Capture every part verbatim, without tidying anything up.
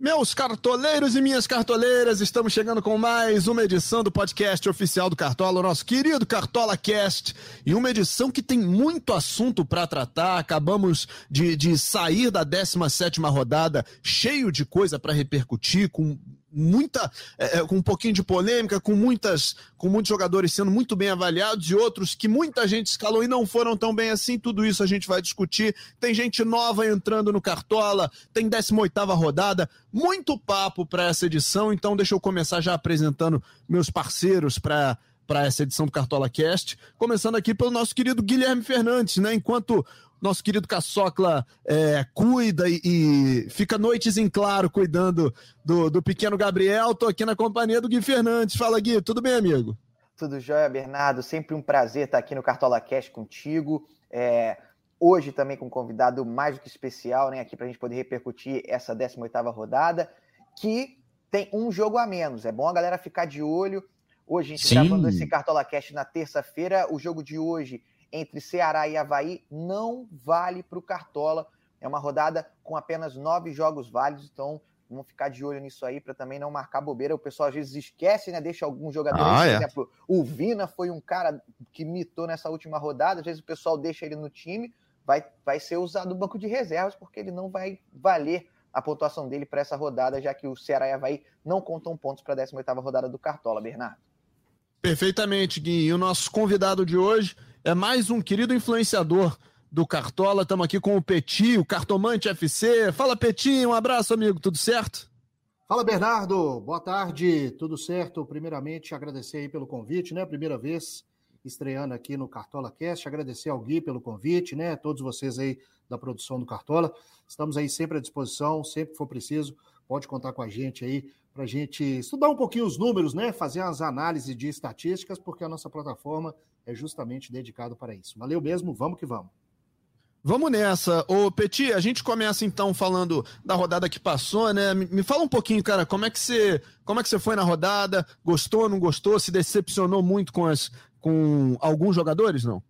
Meus cartoleiros e minhas cartoleiras, estamos chegando com mais uma edição do podcast oficial do Cartola, o nosso querido Cartola Cast, e uma edição que tem muito assunto para tratar. Acabamos de, de sair da décima sétima rodada cheio de coisa para repercutir, com muita, é, com um pouquinho de polêmica, com, muitas, com muitos jogadores sendo muito bem avaliados e outros que muita gente escalou e não foram tão bem assim. Tudo isso a gente vai discutir. Tem gente nova entrando no Cartola, tem décima oitava rodada, muito papo para essa edição, então deixa eu começar já apresentando meus parceiros para para essa edição do Cartola Cast, começando aqui pelo nosso querido Guilherme Fernandes, né? Enquanto nosso querido Caçocla é, cuida e, e fica noites em claro cuidando do, do pequeno Gabriel, tô aqui na companhia do Gui Fernandes. Fala, Gui, tudo bem, amigo? Tudo jóia, Bernardo. Sempre um prazer estar aqui no Cartola Cast contigo. É, hoje também com um convidado mais do que especial, né? Aqui para a gente poder repercutir essa décima oitava rodada, que tem um jogo a menos. É bom a galera ficar de olho. Hoje a gente está gravando esse Cartola Cast na terça-feira. O jogo de hoje entre Ceará e Avaí não vale para o Cartola. É uma rodada com apenas nove jogos válidos, então vamos ficar de olho nisso aí para também não marcar bobeira. O pessoal às vezes esquece, né? Deixa algum jogador ah, aí, por é. exemplo, o Vina foi um cara que mitou nessa última rodada. Às vezes o pessoal deixa ele no time, vai, vai ser usado no banco de reservas, porque ele não vai valer a pontuação dele para essa rodada, já que o Ceará e Avaí não contam pontos para a décima oitava rodada do Cartola, Bernardo. Perfeitamente, Gui. E o nosso convidado de hoje é mais um querido influenciador do Cartola. Estamos aqui com o Petit, o Cartomante F C. Fala, Petit, um abraço, amigo. Tudo certo? Fala, Bernardo. Boa tarde. Tudo certo? Primeiramente, agradecer aí pelo convite, né? Primeira vez estreando aqui no Cartola Cast. Agradecer ao Gui pelo convite, né? Todos vocês aí da produção do Cartola. Estamos aí sempre à disposição, sempre que for preciso. Pode contar com a gente aí para a gente estudar um pouquinho os números, né? Fazer umas análises de estatísticas, porque a nossa plataforma é justamente dedicada para isso. Valeu mesmo, vamos que vamos. Vamos nessa. Ô, Petit, a gente começa então falando da rodada que passou, né? Me fala um pouquinho, cara, como é que você, como é que você foi na rodada? Gostou, não gostou? Se decepcionou muito com, as, com alguns jogadores, não?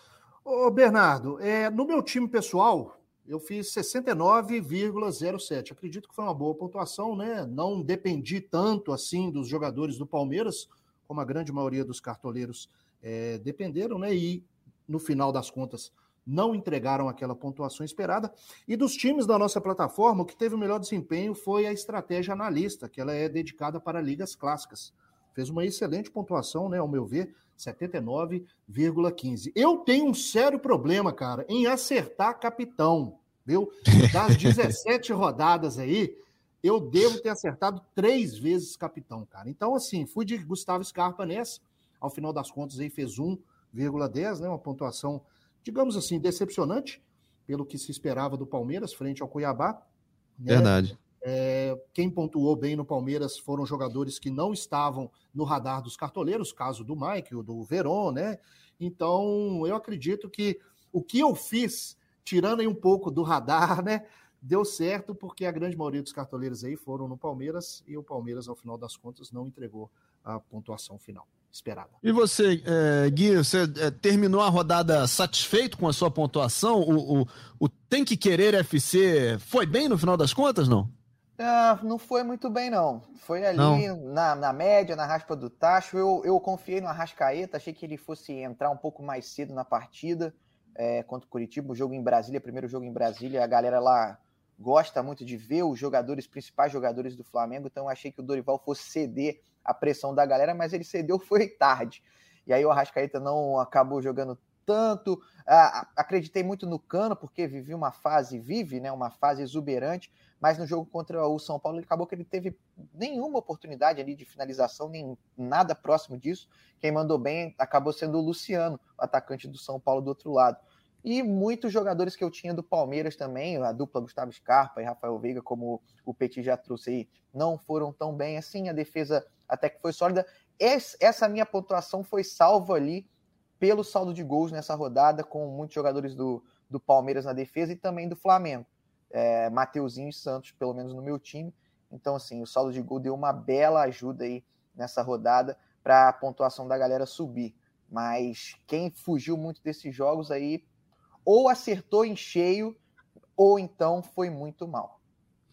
Ô, Bernardo, é, no meu time pessoal, eu fiz sessenta e nove vírgula zero sete. Acredito que foi uma boa pontuação, né? Não dependi tanto assim dos jogadores do Palmeiras, como a grande maioria dos cartoleiros é, dependeram, né? E no final das contas não entregaram aquela pontuação esperada. E dos times da nossa plataforma, o que teve o melhor desempenho foi a estratégia analista, que ela é dedicada para ligas clássicas. Fez uma excelente pontuação, né? Ao meu ver, setenta e nove vírgula quinze. Eu tenho um sério problema, cara, em acertar capitão, viu? Das dezessete rodadas aí, eu devo ter acertado três vezes capitão, cara. Então, assim, fui de Gustavo Scarpa nessa. Ao final das contas, aí fez um vírgula dez, né? Uma pontuação, digamos assim, decepcionante, pelo que se esperava do Palmeiras frente ao Cuiabá. Né? Verdade. É, quem pontuou bem no Palmeiras foram jogadores que não estavam no radar dos cartoleiros, caso do Mike, o do Veron, né? Então, eu acredito que o que eu fiz, tirando aí um pouco do radar, né, deu certo, porque a grande maioria dos cartoleiros aí foram no Palmeiras, e o Palmeiras, ao final das contas, não entregou a pontuação final esperada. E você, é, Gui, você é, terminou a rodada satisfeito com a sua pontuação? O, o, o Tem Que Querer F C foi bem no final das contas, não? Ah, não foi muito bem, não. Foi ali na, na média, na raspa do tacho. Eu, eu confiei no Arrascaeta, achei que ele fosse entrar um pouco mais cedo na partida é, contra o Curitiba. O jogo em Brasília, primeiro jogo em Brasília, a galera lá gosta muito de ver os jogadores, principais jogadores do Flamengo, então eu achei que o Dorival fosse ceder a pressão da galera, mas ele cedeu foi tarde. E aí o Arrascaeta não acabou jogando tanto. Ah, acreditei muito no Cano, porque vivi uma fase, vive, né, uma fase exuberante, mas no jogo contra o São Paulo, ele acabou que ele teve nenhuma oportunidade ali de finalização, nem nada próximo disso. Quem mandou bem acabou sendo o Luciano, o atacante do São Paulo do outro lado. E muitos jogadores que eu tinha do Palmeiras também, a dupla Gustavo Scarpa e Rafael Veiga, como o Petit já trouxe aí, não foram tão bem assim. A defesa até que foi sólida. Essa minha pontuação foi salva ali pelo saldo de gols nessa rodada, com muitos jogadores do, do Palmeiras na defesa e também do Flamengo. É, Mateuzinho e Santos, pelo menos no meu time. Então, assim, o saldo de gol deu uma bela ajuda aí nessa rodada para a pontuação da galera subir. Mas quem fugiu muito desses jogos aí, ou acertou em cheio, ou então foi muito mal.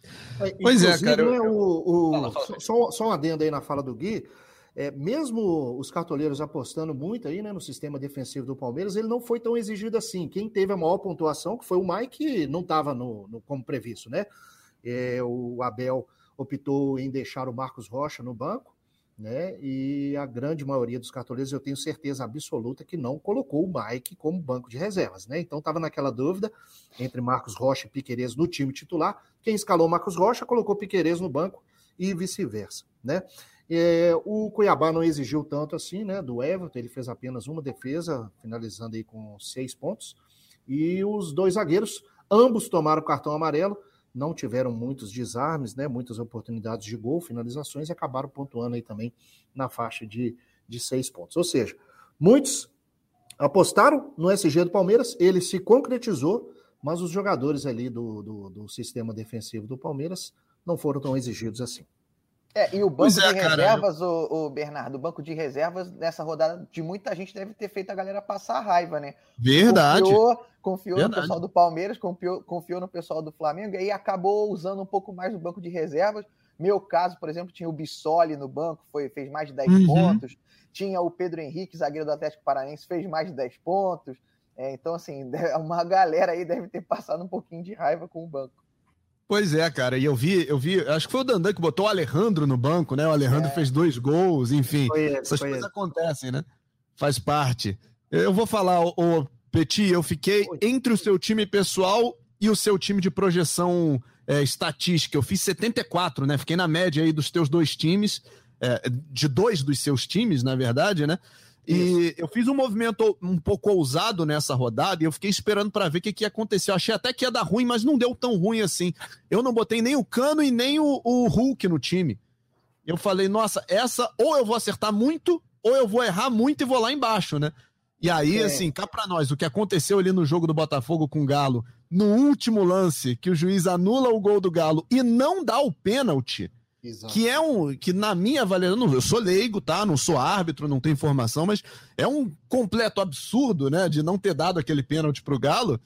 Pois é, cara. Eu, né, eu... o, o... Fala, fala. Só, só um adendo aí na fala do Gui. É, mesmo os cartoleiros apostando muito aí, né, no sistema defensivo do Palmeiras, ele não foi tão exigido assim. Quem teve a maior pontuação, que foi o Mike, não estava no, no, como previsto, né? É, o Abel optou em deixar o Marcos Rocha no banco, né? E a grande maioria dos cartoleiros, eu tenho certeza absoluta que não colocou o Mike como banco de reservas, né? Então estava naquela dúvida entre Marcos Rocha e Piquerez no time titular. Quem escalou Marcos Rocha colocou Piquerez no banco e vice-versa, né? É, o Cuiabá não exigiu tanto assim, né, do Everton, ele fez apenas uma defesa, finalizando aí com seis pontos, e os dois zagueiros, ambos tomaram cartão amarelo, não tiveram muitos desarmes, né, muitas oportunidades de gol, finalizações, e acabaram pontuando aí também na faixa de, de seis pontos. Ou seja, muitos apostaram no S G do Palmeiras, ele se concretizou, mas os jogadores ali do, do, do sistema defensivo do Palmeiras não foram tão exigidos assim. É, e o banco é, de reservas, o, o Bernardo, o banco de reservas nessa rodada de muita gente deve ter feito a galera passar a raiva, né? Verdade. Confiou, confiou Verdade. no pessoal do Palmeiras, confiou, confiou no pessoal do Flamengo e aí acabou usando um pouco mais do banco de reservas. Meu caso, por exemplo, tinha o Bissoli no banco, foi, fez mais de dez uhum. pontos. Tinha o Pedro Henrique, zagueiro do Atlético Paranaense, fez mais de dez pontos. É, então, assim, uma galera aí deve ter passado um pouquinho de raiva com o banco. Pois é, cara, e eu vi, eu vi, acho que foi o Dandan que botou o Alejandro no banco, né? O Alejandro é. fez dois gols, enfim. Foi ele, essas foi coisas ele. acontecem, né? Faz parte. Eu vou falar, ô Petit, eu fiquei Oi. entre o seu time pessoal e o seu time de projeção é, estatística. Eu fiz setenta e quatro, né? Fiquei na média aí dos teus dois times, é, de dois dos seus times, na verdade, né? E Isso. eu fiz um movimento um pouco ousado nessa rodada e eu fiquei esperando para ver o que, que ia acontecer. Eu achei até que ia dar ruim, mas não deu tão ruim assim. Eu não botei nem o Cano e nem o, o Hulk no time. Eu falei, nossa, essa ou eu vou acertar muito ou eu vou errar muito e vou lá embaixo, né? E aí, é. assim, cá pra nós, o que aconteceu ali no jogo do Botafogo com o Galo, no último lance, que o juiz anula o gol do Galo e não dá o pênalti, Exato. que é um, que na minha avaliação, eu sou leigo, tá? Não sou árbitro, não tenho informação, mas é um completo absurdo, né, de não ter dado aquele pênalti pro Galo.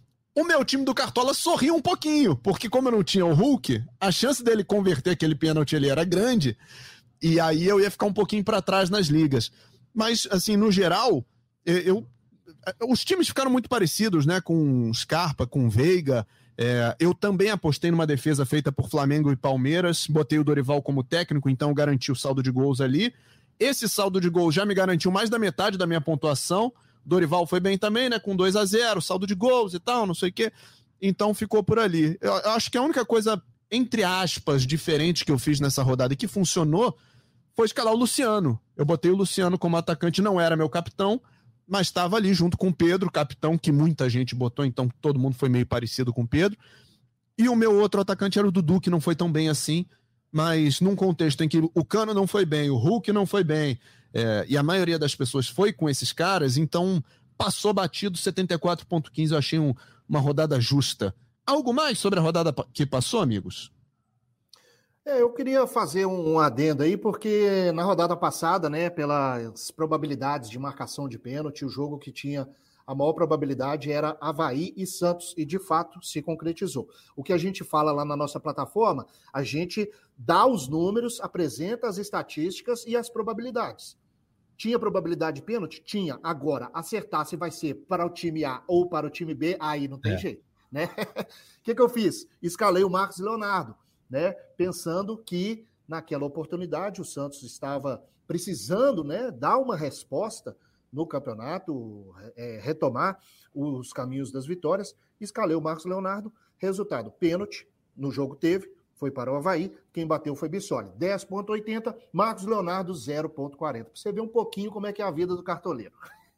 O meu time do Cartola sorriu um pouquinho, porque como eu não tinha o Hulk, a chance dele converter aquele pênalti ali era grande, e aí eu ia ficar um pouquinho para trás nas ligas. Mas, assim, no geral, eu, os times ficaram muito parecidos, né, com Scarpa, com Veiga. É, eu também apostei numa defesa feita por Flamengo e Palmeiras, botei o Dorival como técnico, então garanti o saldo de gols ali. Esse saldo de gols já me garantiu mais da metade da minha pontuação. Dorival foi bem também, né, com dois a zero, saldo de gols e tal, não sei o quê. Então ficou por ali. Eu, eu acho que a única coisa, entre aspas, diferente que eu fiz nessa rodada e que funcionou foi escalar o Luciano. Eu botei o Luciano como atacante, não era meu capitão, mas estava ali junto com o Pedro, capitão que muita gente botou, então todo mundo foi meio parecido com o Pedro. E o meu outro atacante era o Dudu, que não foi tão bem assim, mas num contexto em que o Cano não foi bem, o Hulk não foi bem, é, e a maioria das pessoas foi com esses caras, então passou batido setenta e quatro ponto quinze, eu achei um, uma rodada justa. Algo mais sobre a rodada que passou, amigos? É, eu queria fazer um adendo aí, porque na rodada passada, né, pelas probabilidades de marcação de pênalti, o jogo que tinha a maior probabilidade era Avaí e Santos, e de fato se concretizou. O que a gente fala lá na nossa plataforma, a gente dá os números, apresenta as estatísticas e as probabilidades. Tinha probabilidade de pênalti? Tinha. Agora, acertar se vai ser para o time A ou para o time B, aí não tem é. jeito, né? O que, que eu fiz? Escalei o Marcos Leonardo, né, pensando que naquela oportunidade o Santos estava precisando, né, dar uma resposta no campeonato, é, retomar os caminhos das vitórias. Escalei o Marcos Leonardo, resultado, pênalti, no jogo teve, foi para o Avaí, quem bateu foi Bissoli, dez ponto oitenta, Marcos Leonardo zero ponto quarenta. Para você ver um pouquinho como é que é a vida do cartoleiro.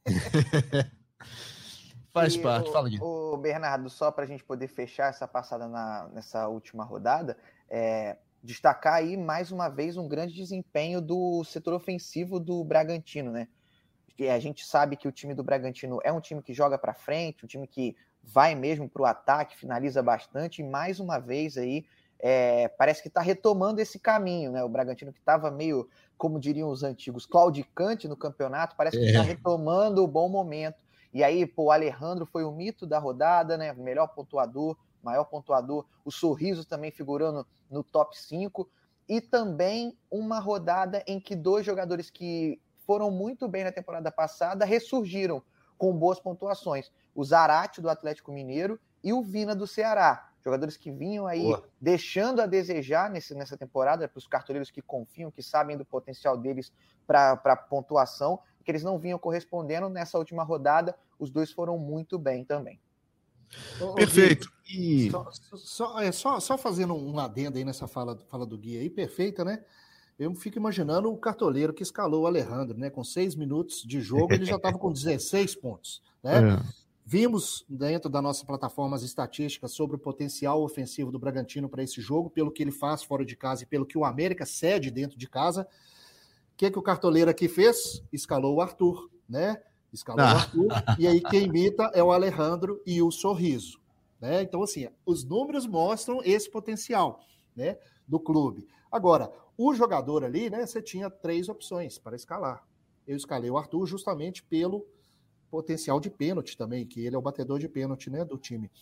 Faz e parte, o, fala, Gui. O Bernardo, só para a gente poder fechar essa passada na, nessa última rodada, é, destacar aí mais uma vez um grande desempenho do setor ofensivo do Bragantino, né? E a gente sabe que o time do Bragantino é um time que joga para frente, um time que vai mesmo para o ataque, finaliza bastante, e mais uma vez aí é, parece que está retomando esse caminho, né? O Bragantino que estava meio, como diriam os antigos, claudicante no campeonato, parece que está é. retomando o bom momento. E aí, pô, o Alejandro foi o mito da rodada, né? O melhor pontuador, maior pontuador, o Sorriso também figurando no top cinco, e também uma rodada em que dois jogadores que foram muito bem na temporada passada ressurgiram com boas pontuações, o Zarate do Atlético Mineiro e o Vina do Ceará, jogadores que vinham aí Boa. deixando a desejar nesse, nessa temporada, para os cartoleiros que confiam, que sabem do potencial deles para pontuação, que eles não vinham correspondendo. Nessa última rodada, os dois foram muito bem também. Perfeito. E... Só, só, é, só, só fazendo um adendo aí nessa fala, fala do Gui aí, perfeita, né? Eu fico imaginando o cartoleiro que escalou o Alejandro, né? Com seis minutos de jogo, ele já estava com dezesseis pontos, né? É. Vimos dentro da nossa plataforma as estatísticas sobre o potencial ofensivo do Bragantino para esse jogo, pelo que ele faz fora de casa e pelo que o América cede dentro de casa. O que, que o cartoleiro aqui fez? Escalou o Arthur, né? Escalou ah. o Arthur, e aí quem imita é o Alejandro e o Sorriso, né? Então, assim, os números mostram esse potencial, né, do clube. Agora, o jogador ali, né, você tinha três opções para escalar. Eu escalei o Arthur justamente pelo potencial de pênalti também, que ele é o batedor de pênalti, né, do time.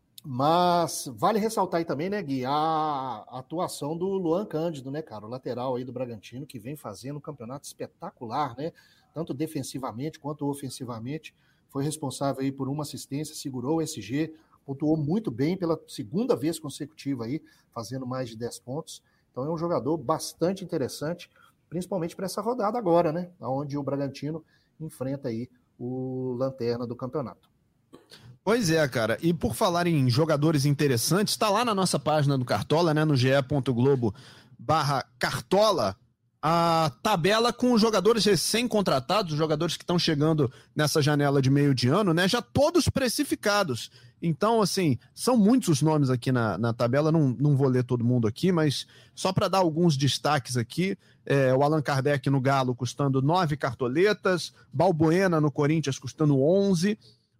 Mas vale ressaltar aí também, né, Gui, a atuação do Luan Cândido, né, cara, o lateral aí do Bragantino, que vem fazendo um campeonato espetacular, né, tanto defensivamente quanto ofensivamente, foi responsável aí por uma assistência, segurou o S G, pontuou muito bem pela segunda vez consecutiva aí, fazendo mais de dez pontos. Então é um jogador bastante interessante, principalmente para essa rodada agora, né, onde o Bragantino enfrenta aí o lanterna do campeonato. Pois é, cara. E por falar em jogadores interessantes, está lá na nossa página do Cartola, né, no ge.globo barra Cartola, a tabela com os jogadores recém-contratados, os jogadores que estão chegando nessa janela de meio de ano, né, já todos precificados. Então, assim, são muitos os nomes aqui na, na tabela, não, não vou ler todo mundo aqui, mas só para dar alguns destaques aqui, é, o Allan Kardec no Galo custando nove cartoletas, Balbuena no Corinthians custando onze,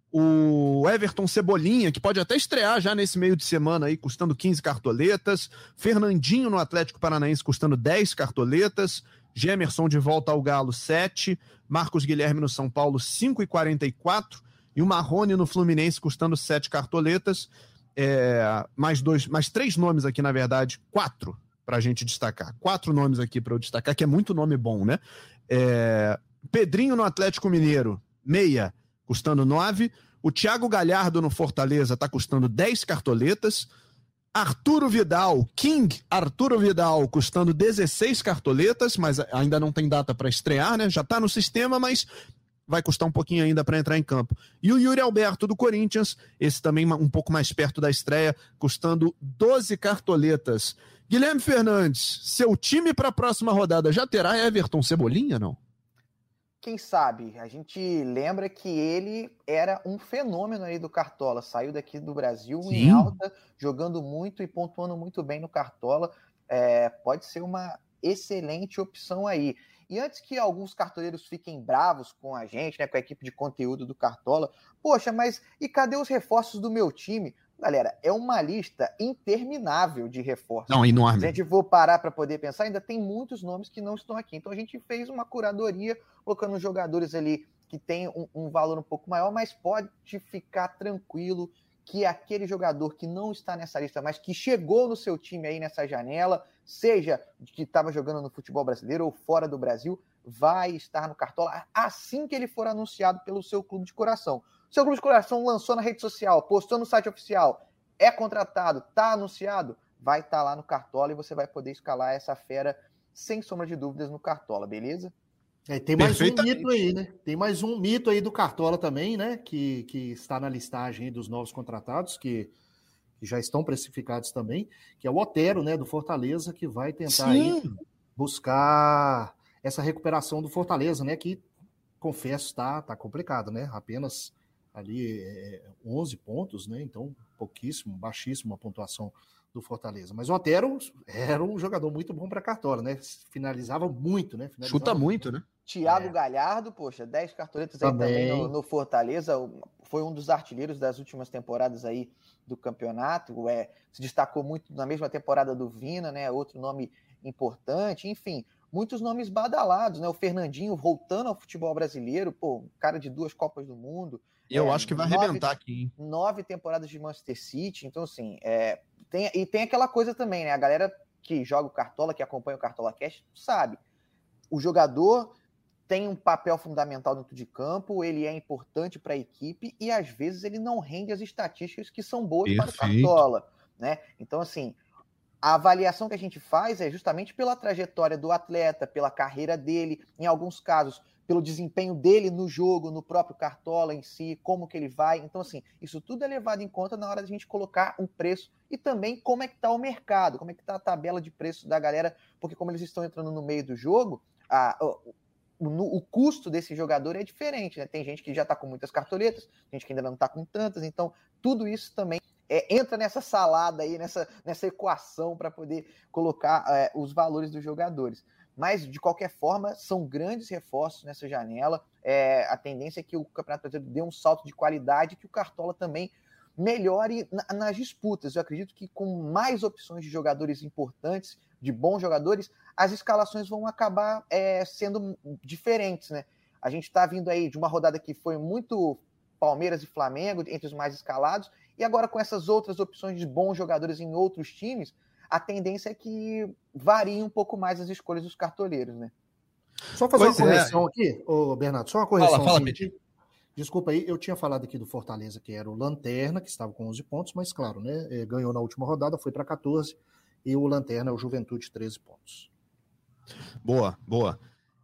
o Everton Cebolinha, que pode até estrear já nesse meio de semana aí, custando quinze cartoletas, Fernandinho no Atlético Paranaense custando dez cartoletas, Gemerson de volta ao Galo, sete, Marcos Guilherme no São Paulo, cinco e quarenta e quatro, e o Marrone no Fluminense custando sete cartoletas, é, mais, dois, mais três nomes aqui, na verdade, quatro para a gente destacar, quatro nomes aqui para eu destacar, que é muito nome bom, né? É, Pedrinho no Atlético Mineiro, meia, custando nove, o Thiago Galhardo no Fortaleza está custando dez cartoletas, Arturo Vidal, King Arturo Vidal, custando dezesseis cartoletas, mas ainda não tem data para estrear, né? Já está no sistema, mas vai custar um pouquinho ainda para entrar em campo. E o Yuri Alberto do Corinthians, esse também um pouco mais perto da estreia, custando doze cartoletas. Guilherme Fernandes, seu time para a próxima rodada já terá Everton Cebolinha, não? Quem sabe? A gente lembra que ele era um fenômeno aí do Cartola, saiu daqui do Brasil Sim. em alta, jogando muito e pontuando muito bem no Cartola. É, pode ser uma excelente opção aí. E antes que alguns cartoleiros fiquem bravos com a gente, né, com a equipe de conteúdo do Cartola, poxa, mas e cadê os reforços do meu time? Galera, é uma lista interminável de reforços. Não, enorme. Se a gente for parar para poder pensar, ainda tem muitos nomes que não estão aqui. Então a gente fez uma curadoria, colocando jogadores ali que tem um, um valor um pouco maior, mas pode ficar tranquilo que aquele jogador que não está nessa lista, mas que chegou no seu time aí nessa janela, seja que estava jogando no futebol brasileiro ou fora do Brasil, vai estar no Cartola assim que ele for anunciado pelo seu clube de coração. O seu clube de coração lançou na rede social, postou no site oficial, é contratado, está anunciado, vai estar lá no Cartola e você vai poder escalar essa fera sem sombra de dúvidas no Cartola, beleza? É, tem mais um mito aí, né? Tem mais um mito aí do Cartola também, né? Que, que está na listagem aí dos novos contratados, que, que já estão precificados também, que é o Otero, né? Do Fortaleza, que vai tentar aí buscar essa recuperação do Fortaleza, né? Que, confesso, está tá complicado, né? Apenas ali é, onze pontos, né? Então, pouquíssimo, baixíssima a pontuação do Fortaleza. Mas o Otero era um jogador muito bom para Cartola, né? Finalizava muito, né? Finalizava Chuta muito, né? Thiago é. Galhardo, poxa, dez cartoletas aí também, também no, no Fortaleza, foi um dos artilheiros das últimas temporadas aí do campeonato, é, se destacou muito na mesma temporada do Vina, né? Outro nome importante, enfim, muitos nomes badalados, né? O Fernandinho voltando ao futebol brasileiro, pô, cara de duas Copas do Mundo. Eu é, acho que vai nove, arrebentar aqui, hein? Nove temporadas de Manchester City, então assim, é, tem, e tem aquela coisa também, né? A galera que joga o Cartola, que acompanha o Cartola Cast, sabe. O jogador tem um papel fundamental dentro de campo, ele é importante para a equipe e às vezes ele não rende as estatísticas que são boas Perfeito. para o Cartola, né? Então assim, a avaliação que a gente faz é justamente pela trajetória do atleta, pela carreira dele, em alguns casos, pelo desempenho dele no jogo, no próprio Cartola em si, como que ele vai. Então, assim, isso tudo é levado em conta na hora de a gente colocar um preço e também como é que está o mercado, como é que está a tabela de preço da galera, porque como eles estão entrando no meio do jogo, a, o, o, o custo desse jogador é diferente, né? Tem gente que já está com muitas cartoletas, gente que ainda não está com tantas, então tudo isso também É, entra nessa salada aí, nessa, nessa equação para poder colocar é, os valores dos jogadores. Mas, de qualquer forma, são grandes reforços nessa janela. É, a tendência é que o Campeonato Brasileiro dê um salto de qualidade e que o Cartola também melhore na, nas disputas. Eu acredito que com mais opções de jogadores importantes, de bons jogadores, as escalações vão acabar é, sendo diferentes, né? A gente está vindo aí de uma rodada que foi muito Palmeiras e Flamengo, entre os mais escalados, e agora com essas outras opções de bons jogadores em outros times, a tendência é que varie um pouco mais as escolhas dos cartoleiros, né? Só fazer pois uma correção é. aqui, ô Bernardo, só uma correção. Fala, fala, Petit. Desculpa aí, eu tinha falado aqui do Fortaleza, que era o Lanterna, que estava com onze pontos, mas claro, né, ganhou na última rodada, foi para catorze, e o Lanterna é o Juventude, treze pontos. Boa, boa.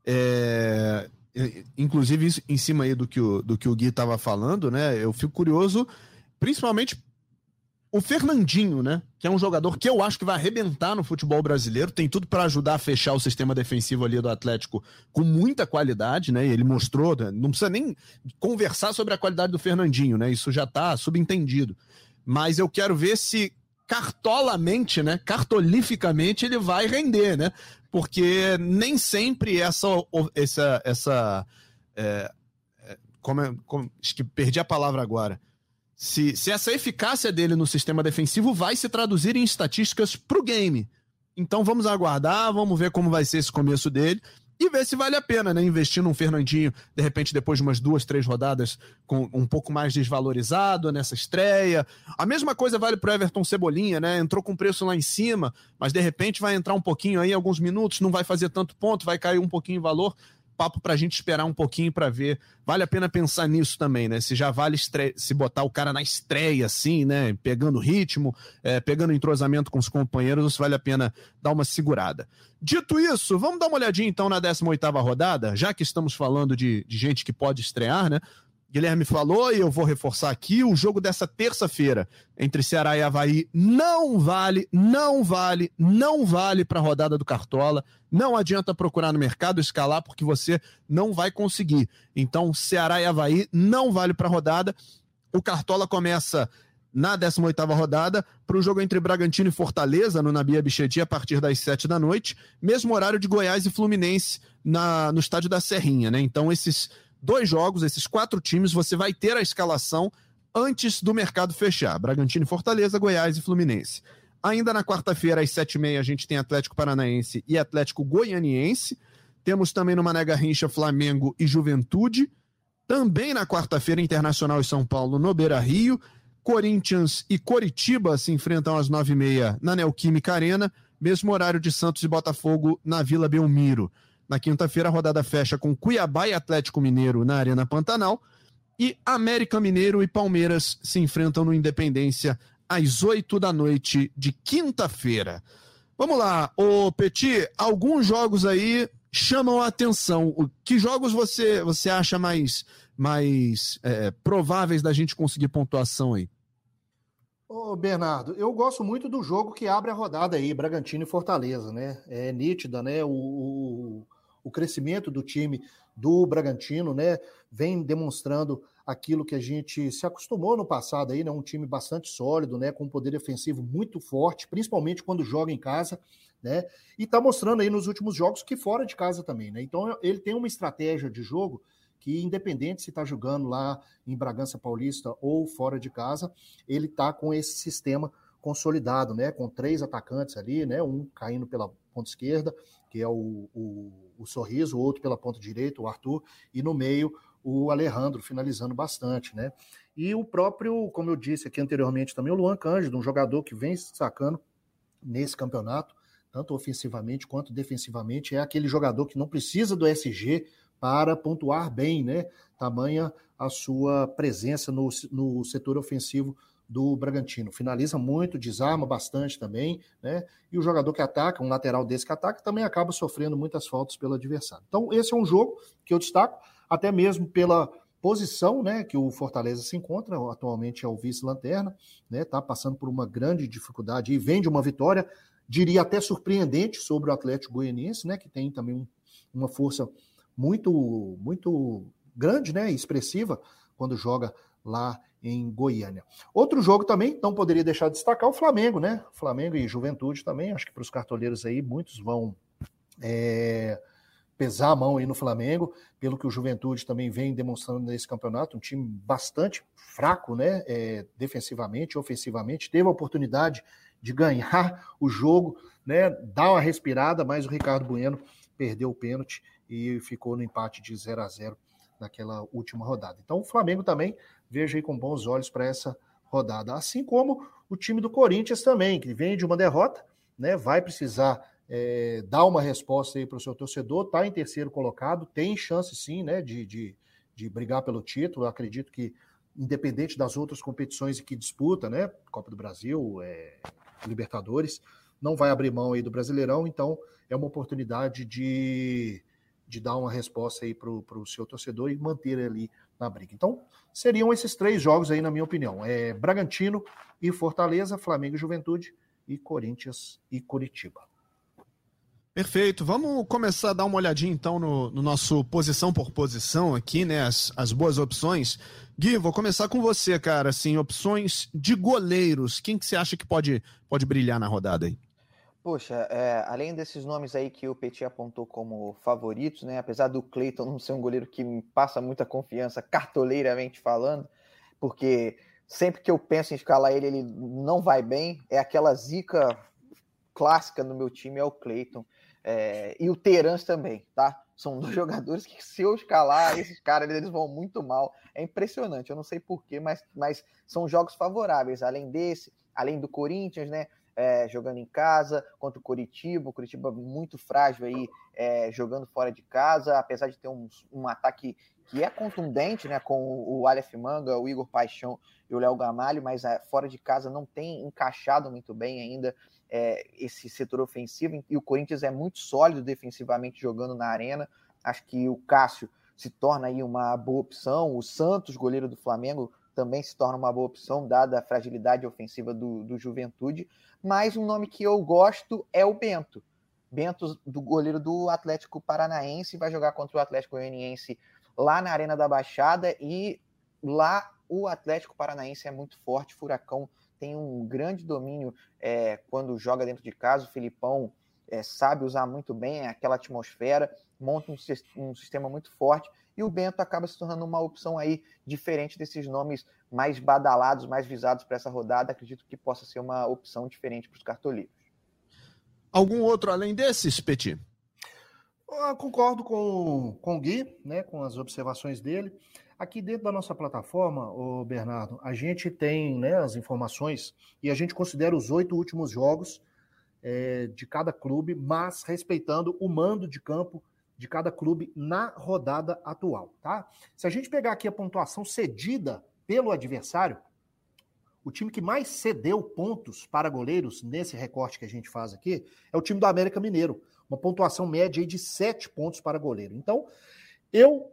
É... Inclusive, isso, em cima aí do que o, do que o Gui estava falando, né, eu fico curioso, principalmente o Fernandinho, né? Que é um jogador que eu acho que vai arrebentar no futebol brasileiro, tem tudo para ajudar a fechar o sistema defensivo ali do Atlético com muita qualidade, né? E ele mostrou, né? Não precisa nem conversar sobre a qualidade do Fernandinho, né? Isso já tá subentendido. Mas eu quero ver se cartolamente, né? Cartolificamente ele vai render, né? Porque nem sempre essa essa essa é, como, é, como acho que perdi a palavra agora. Se, se essa eficácia dele no sistema defensivo vai se traduzir em estatísticas pro game. Então vamos aguardar, vamos ver como vai ser esse começo dele e ver se vale a pena, né? Investir num Fernandinho, de repente, depois de umas duas, três rodadas, com um pouco mais desvalorizado nessa estreia. A mesma coisa vale pro Everton Cebolinha, né? Entrou com preço lá em cima, mas de repente vai entrar um pouquinho aí, alguns minutos, não vai fazer tanto ponto, vai cair um pouquinho em valor. Papo pra gente esperar um pouquinho pra ver. Vale a pena pensar nisso também, né? Se já vale estre... se botar o cara na estreia, assim, né? Pegando ritmo, é, pegando entrosamento com os companheiros, ou se vale a pena dar uma segurada. Dito isso, vamos dar uma olhadinha então na décima oitava rodada, já que estamos falando de, de gente que pode estrear, né? Guilherme falou e eu vou reforçar aqui, o jogo dessa terça-feira entre Ceará e Avaí não vale, não vale, não vale para a rodada do Cartola. Não adianta procurar no mercado, escalar, porque você não vai conseguir. Então, Ceará e Avaí não vale para a rodada. O Cartola começa na décima oitava rodada para o jogo entre Bragantino e Fortaleza, no Nabi Abichedi, a partir das sete da noite. Mesmo horário de Goiás e Fluminense na, no estádio da Serrinha, né? Então, esses dois jogos, esses quatro times, você vai ter a escalação antes do mercado fechar. Bragantino e Fortaleza, Goiás e Fluminense. Ainda na quarta-feira, às sete e meia, a gente tem Atlético Paranaense e Atlético Goianiense. Temos também no Mané Garrincha, Flamengo e Juventude. Também na quarta-feira, Internacional e São Paulo no Beira-Rio. Corinthians e Coritiba se enfrentam às nove e meia na Neoquímica Arena. Mesmo horário de Santos e Botafogo na Vila Belmiro. Na quinta-feira, a rodada fecha com Cuiabá e Atlético Mineiro na Arena Pantanal. E América Mineiro e Palmeiras se enfrentam no Independência às oito da noite de quinta-feira. Vamos lá, ô Petit, alguns jogos aí chamam a atenção. Que jogos você, você acha mais, mais é, prováveis da gente conseguir pontuação aí? Ô Bernardo, eu gosto muito do jogo que abre a rodada aí, Bragantino e Fortaleza, né? É nítida, né? O, o, o crescimento do time do Bragantino, né? Vem demonstrando aquilo que a gente se acostumou no passado aí, né? Um time bastante sólido, né? Com um poder defensivo muito forte, principalmente quando joga em casa, né? E tá mostrando aí nos últimos jogos que fora de casa também, né? Então ele tem uma estratégia de jogo que, independente se está jogando lá em Bragança Paulista ou fora de casa, ele está com esse sistema consolidado, né? Com três atacantes ali, né? Um caindo pela ponta esquerda, que é o, o, o Sorriso, o outro pela ponta direita, o Arthur, e no meio o Alejandro finalizando bastante, né? E o próprio, como eu disse aqui anteriormente também, o Luan Cândido, um jogador que vem se destacando nesse campeonato, tanto ofensivamente quanto defensivamente, é aquele jogador que não precisa do S G para pontuar bem, né? Tamanha a sua presença no, no setor ofensivo do Bragantino. Finaliza muito, desarma bastante também, né? E o jogador que ataca, um lateral desse que ataca, também acaba sofrendo muitas faltas pelo adversário. Então, esse é um jogo que eu destaco, até mesmo pela posição, né, que o Fortaleza se encontra, atualmente é o vice-lanterna, né? Tá passando por uma grande dificuldade e vem de uma vitória, diria até surpreendente, sobre o Atlético Goianiense, né, que tem também um, uma força muito, muito grande, né, expressiva, quando joga lá em Goiânia. Outro jogo também, não poderia deixar de destacar o Flamengo, né? Flamengo e Juventude também, acho que para os cartoleiros aí, muitos vão é, pesar a mão aí no Flamengo, pelo que o Juventude também vem demonstrando nesse campeonato, um time bastante fraco, né? É, defensivamente, ofensivamente, teve a oportunidade de ganhar o jogo, né? Dar uma respirada, mas o Ricardo Bueno perdeu o pênalti e ficou no empate de zero a zero naquela última rodada. Então o Flamengo também vejo aí com bons olhos para essa rodada, assim como o time do Corinthians também, que vem de uma derrota, né? Vai precisar é, dar uma resposta aí para o seu torcedor, está em terceiro colocado, tem chance sim, né, de, de, de brigar pelo título. Eu acredito que, independente das outras competições que disputa, né, Copa do Brasil, é, Libertadores, não vai abrir mão aí do Brasileirão, então é uma oportunidade de, de dar uma resposta aí para o seu torcedor e manter ele ali na briga. Então, seriam esses três jogos aí, na minha opinião. É Bragantino e Fortaleza, Flamengo e Juventude, e Corinthians e Curitiba. Perfeito. Vamos começar a dar uma olhadinha, então, no, no nosso posição por posição aqui, né? As, as boas opções. Gui, vou começar com você, cara. Assim, opções de goleiros. Quem que você acha que pode, pode brilhar na rodada aí? Poxa, é, além desses nomes aí que o Petit apontou como favoritos, né? Apesar do Cleiton não ser um goleiro que me passa muita confiança, cartoleiramente falando, porque sempre que eu penso em escalar ele, ele não vai bem. É aquela zica clássica no meu time, é o Cleiton. É, e o Terans também, tá? São dois jogadores que, se eu escalar, esses caras eles vão muito mal. É impressionante, eu não sei porquê, mas, mas são jogos favoráveis. Além desse, além do Corinthians, né? É, jogando em casa, contra o Curitiba, o Curitiba muito frágil aí, é, jogando fora de casa, apesar de ter um, um ataque que é contundente, né, com o Aleph Manga, o Igor Paixão e o Léo Gamalho, mas é, fora de casa não tem encaixado muito bem ainda é, esse setor ofensivo, e o Corinthians é muito sólido defensivamente jogando na arena. Acho que o Cássio se torna aí uma boa opção, o Santos, goleiro do Flamengo, também se torna uma boa opção, dada a fragilidade ofensiva do, do Juventude. Mas um nome que eu gosto é o Bento. Bento, do goleiro do Atlético Paranaense, vai jogar contra o Atlético Goianiense lá na Arena da Baixada, e lá o Atlético Paranaense é muito forte. Furacão tem um grande domínio é, quando joga dentro de casa. O Filipão é, sabe usar muito bem aquela atmosfera, monta um, um sistema muito forte, e o Bento acaba se tornando uma opção aí diferente desses nomes mais badalados, mais visados para essa rodada. Acredito que possa ser uma opção diferente para os cartoleiros. Algum outro além desses, Petit? Eu concordo com, com o Gui, né, com as observações dele. Aqui dentro da nossa plataforma, ô Bernardo, a gente tem, né, as informações e a gente considera os oito últimos jogos é, de cada clube, mas respeitando o mando de campo de cada clube na rodada atual, tá? Se a gente pegar aqui a pontuação cedida pelo adversário, o time que mais cedeu pontos para goleiros nesse recorte que a gente faz aqui é o time do América Mineiro, uma pontuação média aí de sete pontos para goleiro. Então, eu,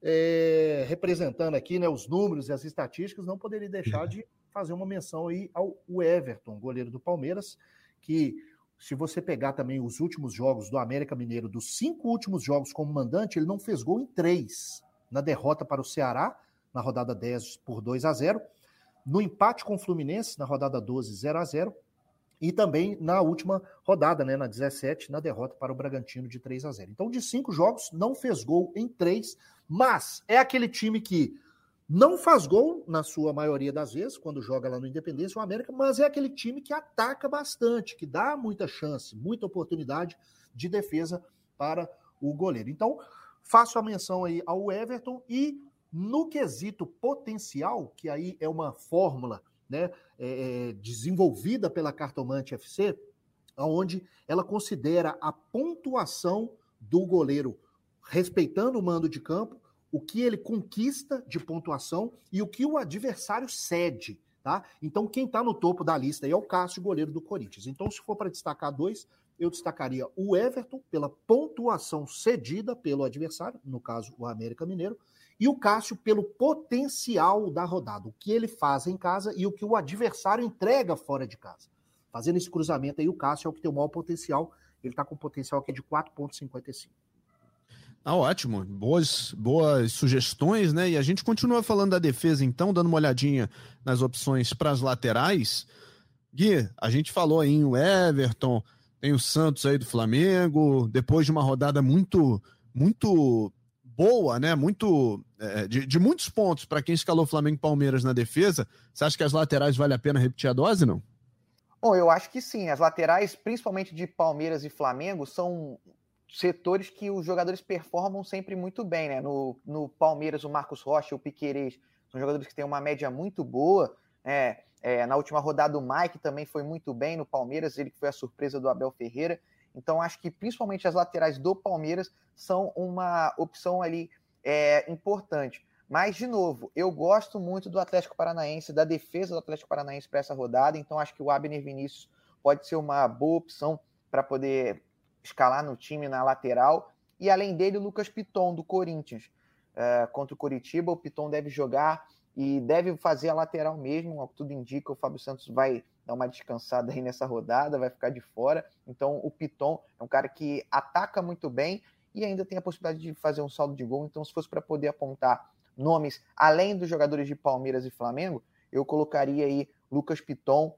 é, representando aqui, né, os números e as estatísticas, não poderia deixar de fazer uma menção aí ao Everton, goleiro do Palmeiras, que, se você pegar também os últimos jogos do América Mineiro, dos cinco últimos jogos como mandante, ele não fez gol em três. Na derrota para o Ceará, na rodada dez, por dois a zero. No empate com o Fluminense, na rodada doze, zero a zero. E também na última rodada, né, na dezessete, na derrota para o Bragantino de três a zero. Então, de cinco jogos, não fez gol em três, mas é aquele time que não faz gol, na sua maioria das vezes, quando joga lá no Independência ou América, mas é aquele time que ataca bastante, que dá muita chance, muita oportunidade de defesa para o goleiro. Então, faço a menção aí ao Everton e No quesito potencial, que aí é uma fórmula, né, é, desenvolvida pela Cartomante F C, onde ela considera a pontuação do goleiro, respeitando o mando de campo, o que ele conquista de pontuação e o que o adversário cede, tá? Então, quem está no topo da lista aí é o Cássio, goleiro do Corinthians. Então, se for para destacar dois, eu destacaria o Everton pela pontuação cedida pelo adversário, no caso, o América Mineiro, e o Cássio pelo potencial da rodada, o que ele faz em casa e o que o adversário entrega fora de casa. Fazendo esse cruzamento aí, o Cássio é o que tem o maior potencial, ele está com potencial aqui de quatro vírgula cinquenta e cinco. Ah, ótimo, boas, boas sugestões, né? E a gente continua falando da defesa, então, dando uma olhadinha nas opções para as laterais. Gui, a gente falou aí em o Everton, tem o Santos aí do Flamengo, depois de uma rodada muito, muito boa, né? Muito, é, de, de muitos pontos para quem escalou Flamengo e Palmeiras na defesa. Você acha que as laterais vale a pena repetir a dose, não? Bom, eu acho que sim. As laterais, principalmente de Palmeiras e Flamengo, são setores que os jogadores performam sempre muito bem, né? No, no Palmeiras, o Marcos Rocha e o Piquerez são jogadores que têm uma média muito boa, né? É, na última rodada o Mike também foi muito bem no Palmeiras, ele que foi a surpresa do Abel Ferreira. Então acho que principalmente as laterais do Palmeiras são uma opção ali é, importante. Mas, de novo, eu gosto muito do Atlético Paranaense, da defesa do Atlético Paranaense para essa rodada, então acho que o Abner Vinícius pode ser uma boa opção para poder escalar no time na lateral. E além dele, o Lucas Piton, do Corinthians. Uh, contra o Coritiba, o Piton deve jogar e deve fazer a lateral mesmo, ao que tudo indica, o Fábio Santos vai dar uma descansada aí nessa rodada, vai ficar de fora. Então o Piton é um cara que ataca muito bem e ainda tem a possibilidade de fazer um saldo de gol. Então, se fosse para poder apontar nomes além dos jogadores de Palmeiras e Flamengo, eu colocaria aí Lucas Piton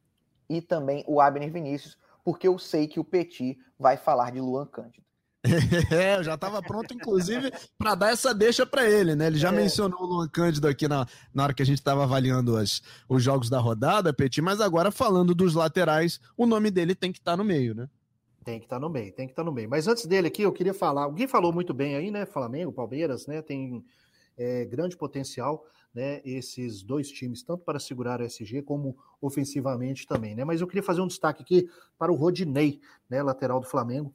e também o Abner Vinícius, porque eu sei que o Petit vai falar de Luan Cândido. É, eu já estava pronto, inclusive, para dar essa deixa para ele, né? Ele já é. mencionou o Luan Cândido aqui na, na hora que a gente estava avaliando as, os jogos da rodada, Petit, mas agora falando dos laterais, o nome dele tem que estar tá no meio, né? Tem que estar tá no meio, tem que estar tá no meio. Mas antes dele aqui, eu queria falar, o Gui falou muito bem aí, né? Flamengo, Palmeiras, né? Tem é, grande potencial, né? Esses dois times, tanto para segurar o S G como ofensivamente também, né? Mas eu queria fazer um destaque aqui para o Rodinei, né? Lateral do Flamengo.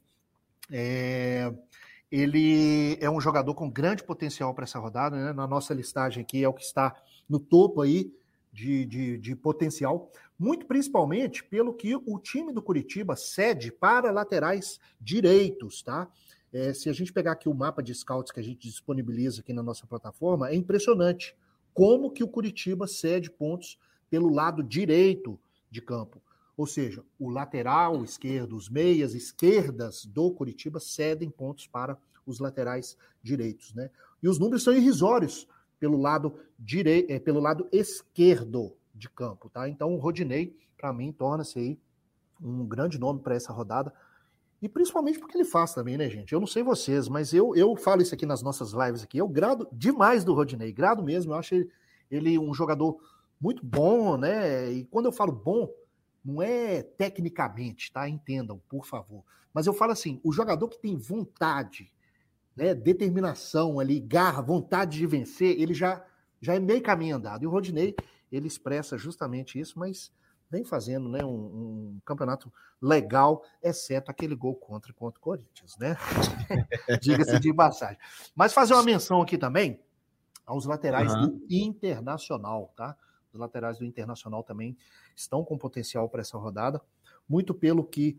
É, ele é um jogador com grande potencial para essa rodada, né? Na nossa listagem aqui é o que está no topo aí de, de, de potencial, muito principalmente pelo que o time do Curitiba cede para laterais direitos, tá? É, se a gente pegar aqui o mapa de scouts que a gente disponibiliza aqui na nossa plataforma, é impressionante como que o Curitiba cede pontos pelo lado direito de campo. Ou seja, o lateral esquerdo, os meias esquerdas do Curitiba cedem pontos para os laterais direitos, né? E os números são irrisórios pelo lado, direi- é, pelo lado esquerdo de campo, tá? Então o Rodinei, para mim, torna-se aí um grande nome para essa rodada. E principalmente porque ele faz também, né, gente? Eu não sei vocês, mas eu, eu falo isso aqui nas nossas lives aqui. Eu grado demais do Rodinei, grado mesmo. Eu acho ele, ele um jogador muito bom, né? E quando eu falo bom, não é tecnicamente, tá? Entendam, por favor. Mas eu falo assim, o jogador que tem vontade, né, determinação ali, garra, vontade de vencer, ele já, já é meio caminho andado. E o Rodinei, ele expressa justamente isso, mas vem fazendo, né, um, um campeonato legal, exceto aquele gol contra, contra o Corinthians, né? Diga-se de passagem. Mas fazer uma menção aqui também aos laterais uhum. do Internacional, tá? Os laterais do Internacional também estão com potencial para essa rodada, muito pelo que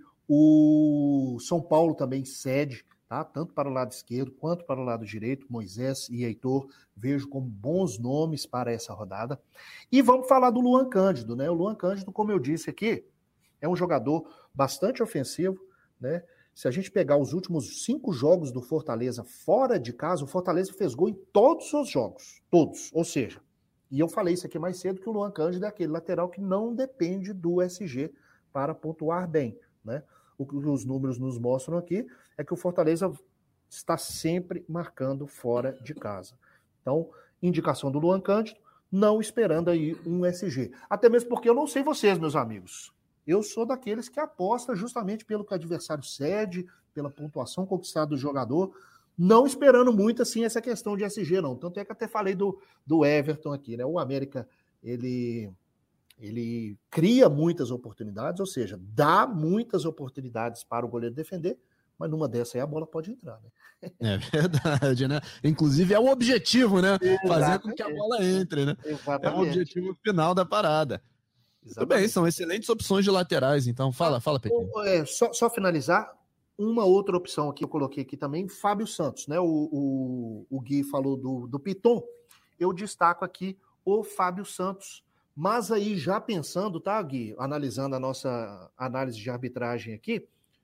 o São Paulo também cede, tá? Tanto para o lado esquerdo quanto para o lado direito, Moisés e Heitor, vejo como bons nomes para essa rodada. E vamos falar do Luan Cândido, né? O Luan Cândido, como eu disse aqui, é um jogador bastante ofensivo, né? Se a gente pegar os últimos cinco jogos do Fortaleza fora de casa, o Fortaleza fez gol em todos os jogos, todos, ou seja, e eu falei isso aqui mais cedo, que o Luan Cândido é aquele lateral que não depende do S G para pontuar bem, né? O que os números nos mostram aqui é que o Fortaleza está sempre marcando fora de casa. Então, indicação do Luan Cândido, não esperando aí um S G. Até mesmo porque eu não sei vocês, meus amigos. Eu sou daqueles que aposta justamente pelo que o adversário cede, pela pontuação conquistada do jogador. não esperando muito assim essa questão de S G, não. Tanto é que até falei do, do Everton aqui, né? O América, ele, ele cria muitas oportunidades, ou seja, dá muitas oportunidades para o goleiro defender, mas numa dessa aí a bola pode entrar, né? É verdade, né? Inclusive é o objetivo, né? Exatamente. Fazer com que a bola entre, né? Exatamente. É o objetivo final da parada. Exatamente. Muito bem, são excelentes opções de laterais, então fala, ah, fala, Pequeno. É, só, só finalizar, uma outra opção aqui, eu coloquei aqui também, Fábio Santos, né? O, o, o Gui falou do, do Piton, eu destaco aqui o Fábio Santos, mas aí já pensando, tá, Gui? Analisando a nossa análise de arbitragem aqui,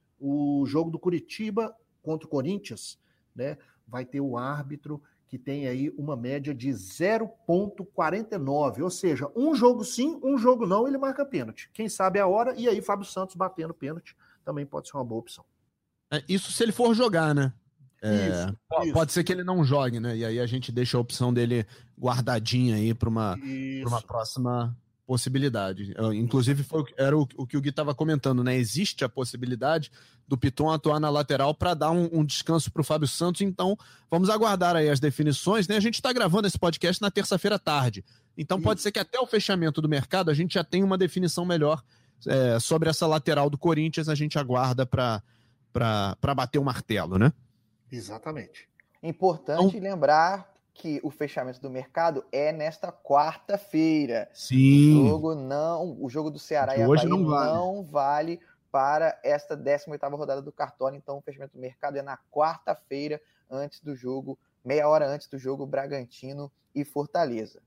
o jogo do Curitiba contra o Corinthians, né? Vai ter o árbitro que tem aí uma média de zero vírgula quarenta e nove, ou seja, um jogo sim, um jogo não, ele marca pênalti. Quem sabe a hora, e aí Fábio Santos batendo pênalti também pode ser uma boa opção. É, isso se ele for jogar, né? É, isso, pode isso. ser que ele não jogue, né? E aí a gente deixa a opção dele guardadinha aí para uma, uma próxima possibilidade. Eu, inclusive, foi, era o, o que o Gui estava comentando, né? Existe a possibilidade do Piton atuar na lateral para dar um, um descanso para o Fábio Santos, então vamos aguardar aí as definições, né? A gente está gravando esse podcast na terça-feira à tarde, então Isso. pode ser que até o fechamento do mercado a gente já tenha uma definição melhor é, sobre essa lateral do Corinthians, a gente aguarda para para bater o martelo, né? Exatamente. Importante então, lembrar que o fechamento do mercado é nesta quarta-feira. Sim. O jogo não, o jogo do Ceará e hoje Avaí não vale. não vale para esta décima oitava rodada do Cartola, então o fechamento do mercado é na quarta-feira, antes do jogo, meia hora antes do jogo Bragantino e Fortaleza.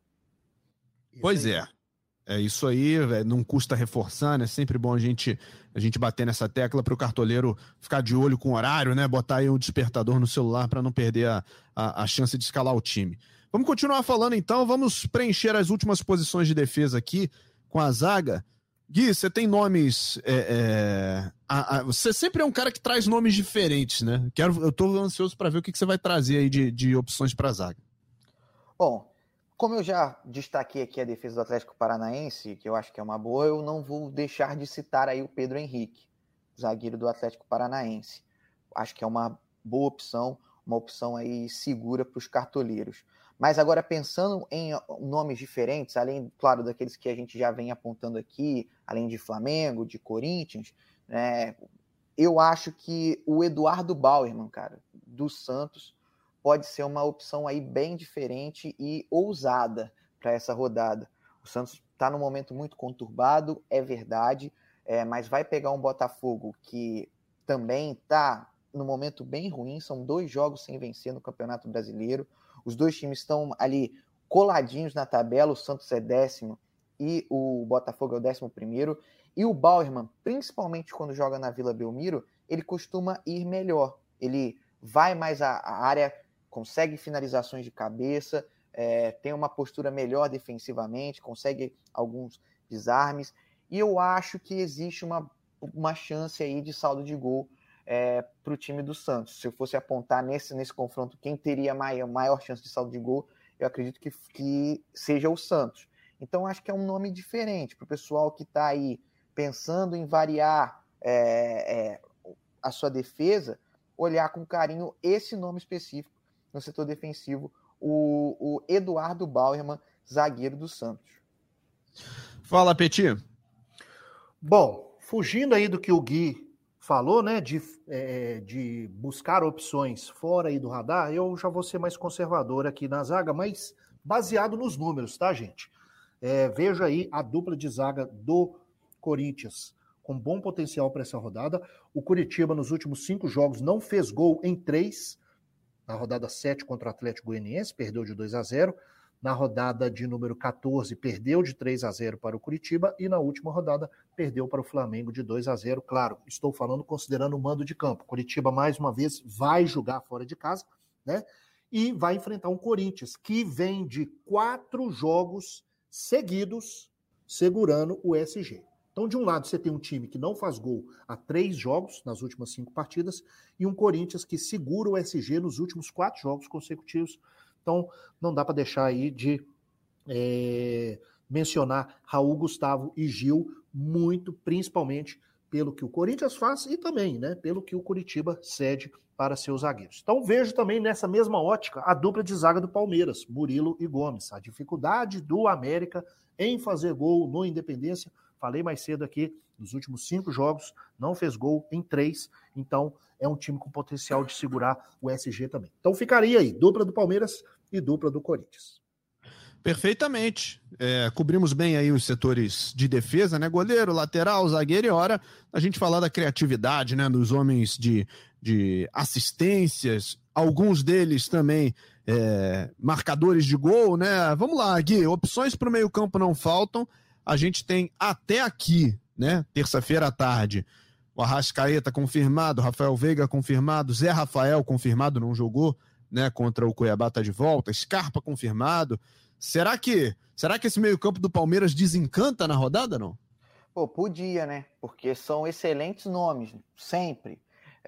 Pois é. É isso aí, véio, não custa reforçar, né? Sempre bom a gente, a gente bater nessa tecla para o cartoleiro ficar de olho com o horário, né? Botar aí um despertador no celular para não perder a, a, a chance de escalar o time. Vamos continuar falando então, vamos preencher as últimas posições de defesa aqui com a zaga. Gui, você tem nomes... É, é, a, a, você sempre é um cara que traz nomes diferentes, né? Quero, eu tô ansioso para ver o que, que você vai trazer aí de, de opções para a zaga. Bom, como eu já destaquei aqui a defesa do Atlético Paranaense, que eu acho que é uma boa, eu não vou deixar de citar aí o Pedro Henrique, zagueiro do Atlético Paranaense. Acho que é uma boa opção, uma opção aí segura para os cartoleiros. Mas agora pensando em nomes diferentes, além, claro, daqueles que a gente já vem apontando aqui, além de Flamengo, de Corinthians, né, eu acho que o Eduardo Bauerman, cara, do Santos, pode ser uma opção aí bem diferente e ousada para essa rodada. O Santos está num momento muito conturbado, é verdade, é, mas vai pegar um Botafogo que também está num momento bem ruim, são dois jogos sem vencer no Campeonato Brasileiro, os dois times estão ali coladinhos na tabela, o Santos é décimo e o Botafogo é o décimo primeiro, e o Bauerman, principalmente quando joga na Vila Belmiro, ele costuma ir melhor, ele vai mais à, à área, consegue finalizações de cabeça, é, tem uma postura melhor defensivamente, consegue alguns desarmes, e eu acho que existe uma, uma chance aí de saldo de gol é, para o time do Santos. Se eu fosse apontar nesse, nesse confronto quem teria maior, maior chance de saldo de gol, eu acredito que, que seja o Santos. Então acho que é um nome diferente para o pessoal que está aí pensando em variar é, é, a sua defesa, olhar com carinho esse nome específico no setor defensivo, o, o Eduardo Bauerman, zagueiro do Santos. Fala, Petit. Bom, fugindo aí do que o Gui falou, né, de, é, de buscar opções fora aí do radar, eu já vou ser mais conservador aqui na zaga, mas baseado nos números, tá, gente? É, veja aí a dupla de zaga do Corinthians, com bom potencial para essa rodada. O Curitiba, nos últimos cinco jogos, não fez gol em três. Na rodada sete contra o Atlético Goianiense, perdeu de dois a zero. Na rodada de número catorze, perdeu de três a zero para o Curitiba. E na última rodada, perdeu para o Flamengo de dois a zero. Claro, estou falando considerando o mando de campo. Curitiba, mais uma vez, vai jogar fora de casa, né? E vai enfrentar um Corinthians que vem de quatro jogos seguidos segurando o S G. Então, de um lado, você tem um time que não faz gol há três jogos nas últimas cinco partidas e um Corinthians que segura o S G nos últimos quatro jogos consecutivos. Então, não dá para deixar aí de é, mencionar Raul, Gustavo e Gil, muito, principalmente pelo que o Corinthians faz e também, né, pelo que o Curitiba cede para seus zagueiros. Então vejo também nessa mesma ótica a dupla de zaga do Palmeiras, Murilo e Gomes. A dificuldade do América em fazer gol no Independência, falei mais cedo aqui, nos últimos cinco jogos, não fez gol em três, então é um time com potencial de segurar o S G também. Então ficaria aí, dupla do Palmeiras e dupla do Corinthians. Perfeitamente. É, cobrimos bem aí os setores de defesa, né? Goleiro, lateral, zagueiro, e hora a gente falar da criatividade, né? Dos homens de, de assistências, alguns deles também é, marcadores de gol, né? Vamos lá, Gui, opções para o meio-campo não faltam. A gente tem até aqui, né? Terça-feira à tarde, o Arrascaeta confirmado, Rafael Veiga confirmado, Zé Rafael confirmado, não jogou, né? Contra o Cuiabá, tá de volta, Scarpa confirmado. Será que, será que esse meio-campo do Palmeiras desencanta na rodada, não? Pô, podia, né? Porque são excelentes nomes, sempre.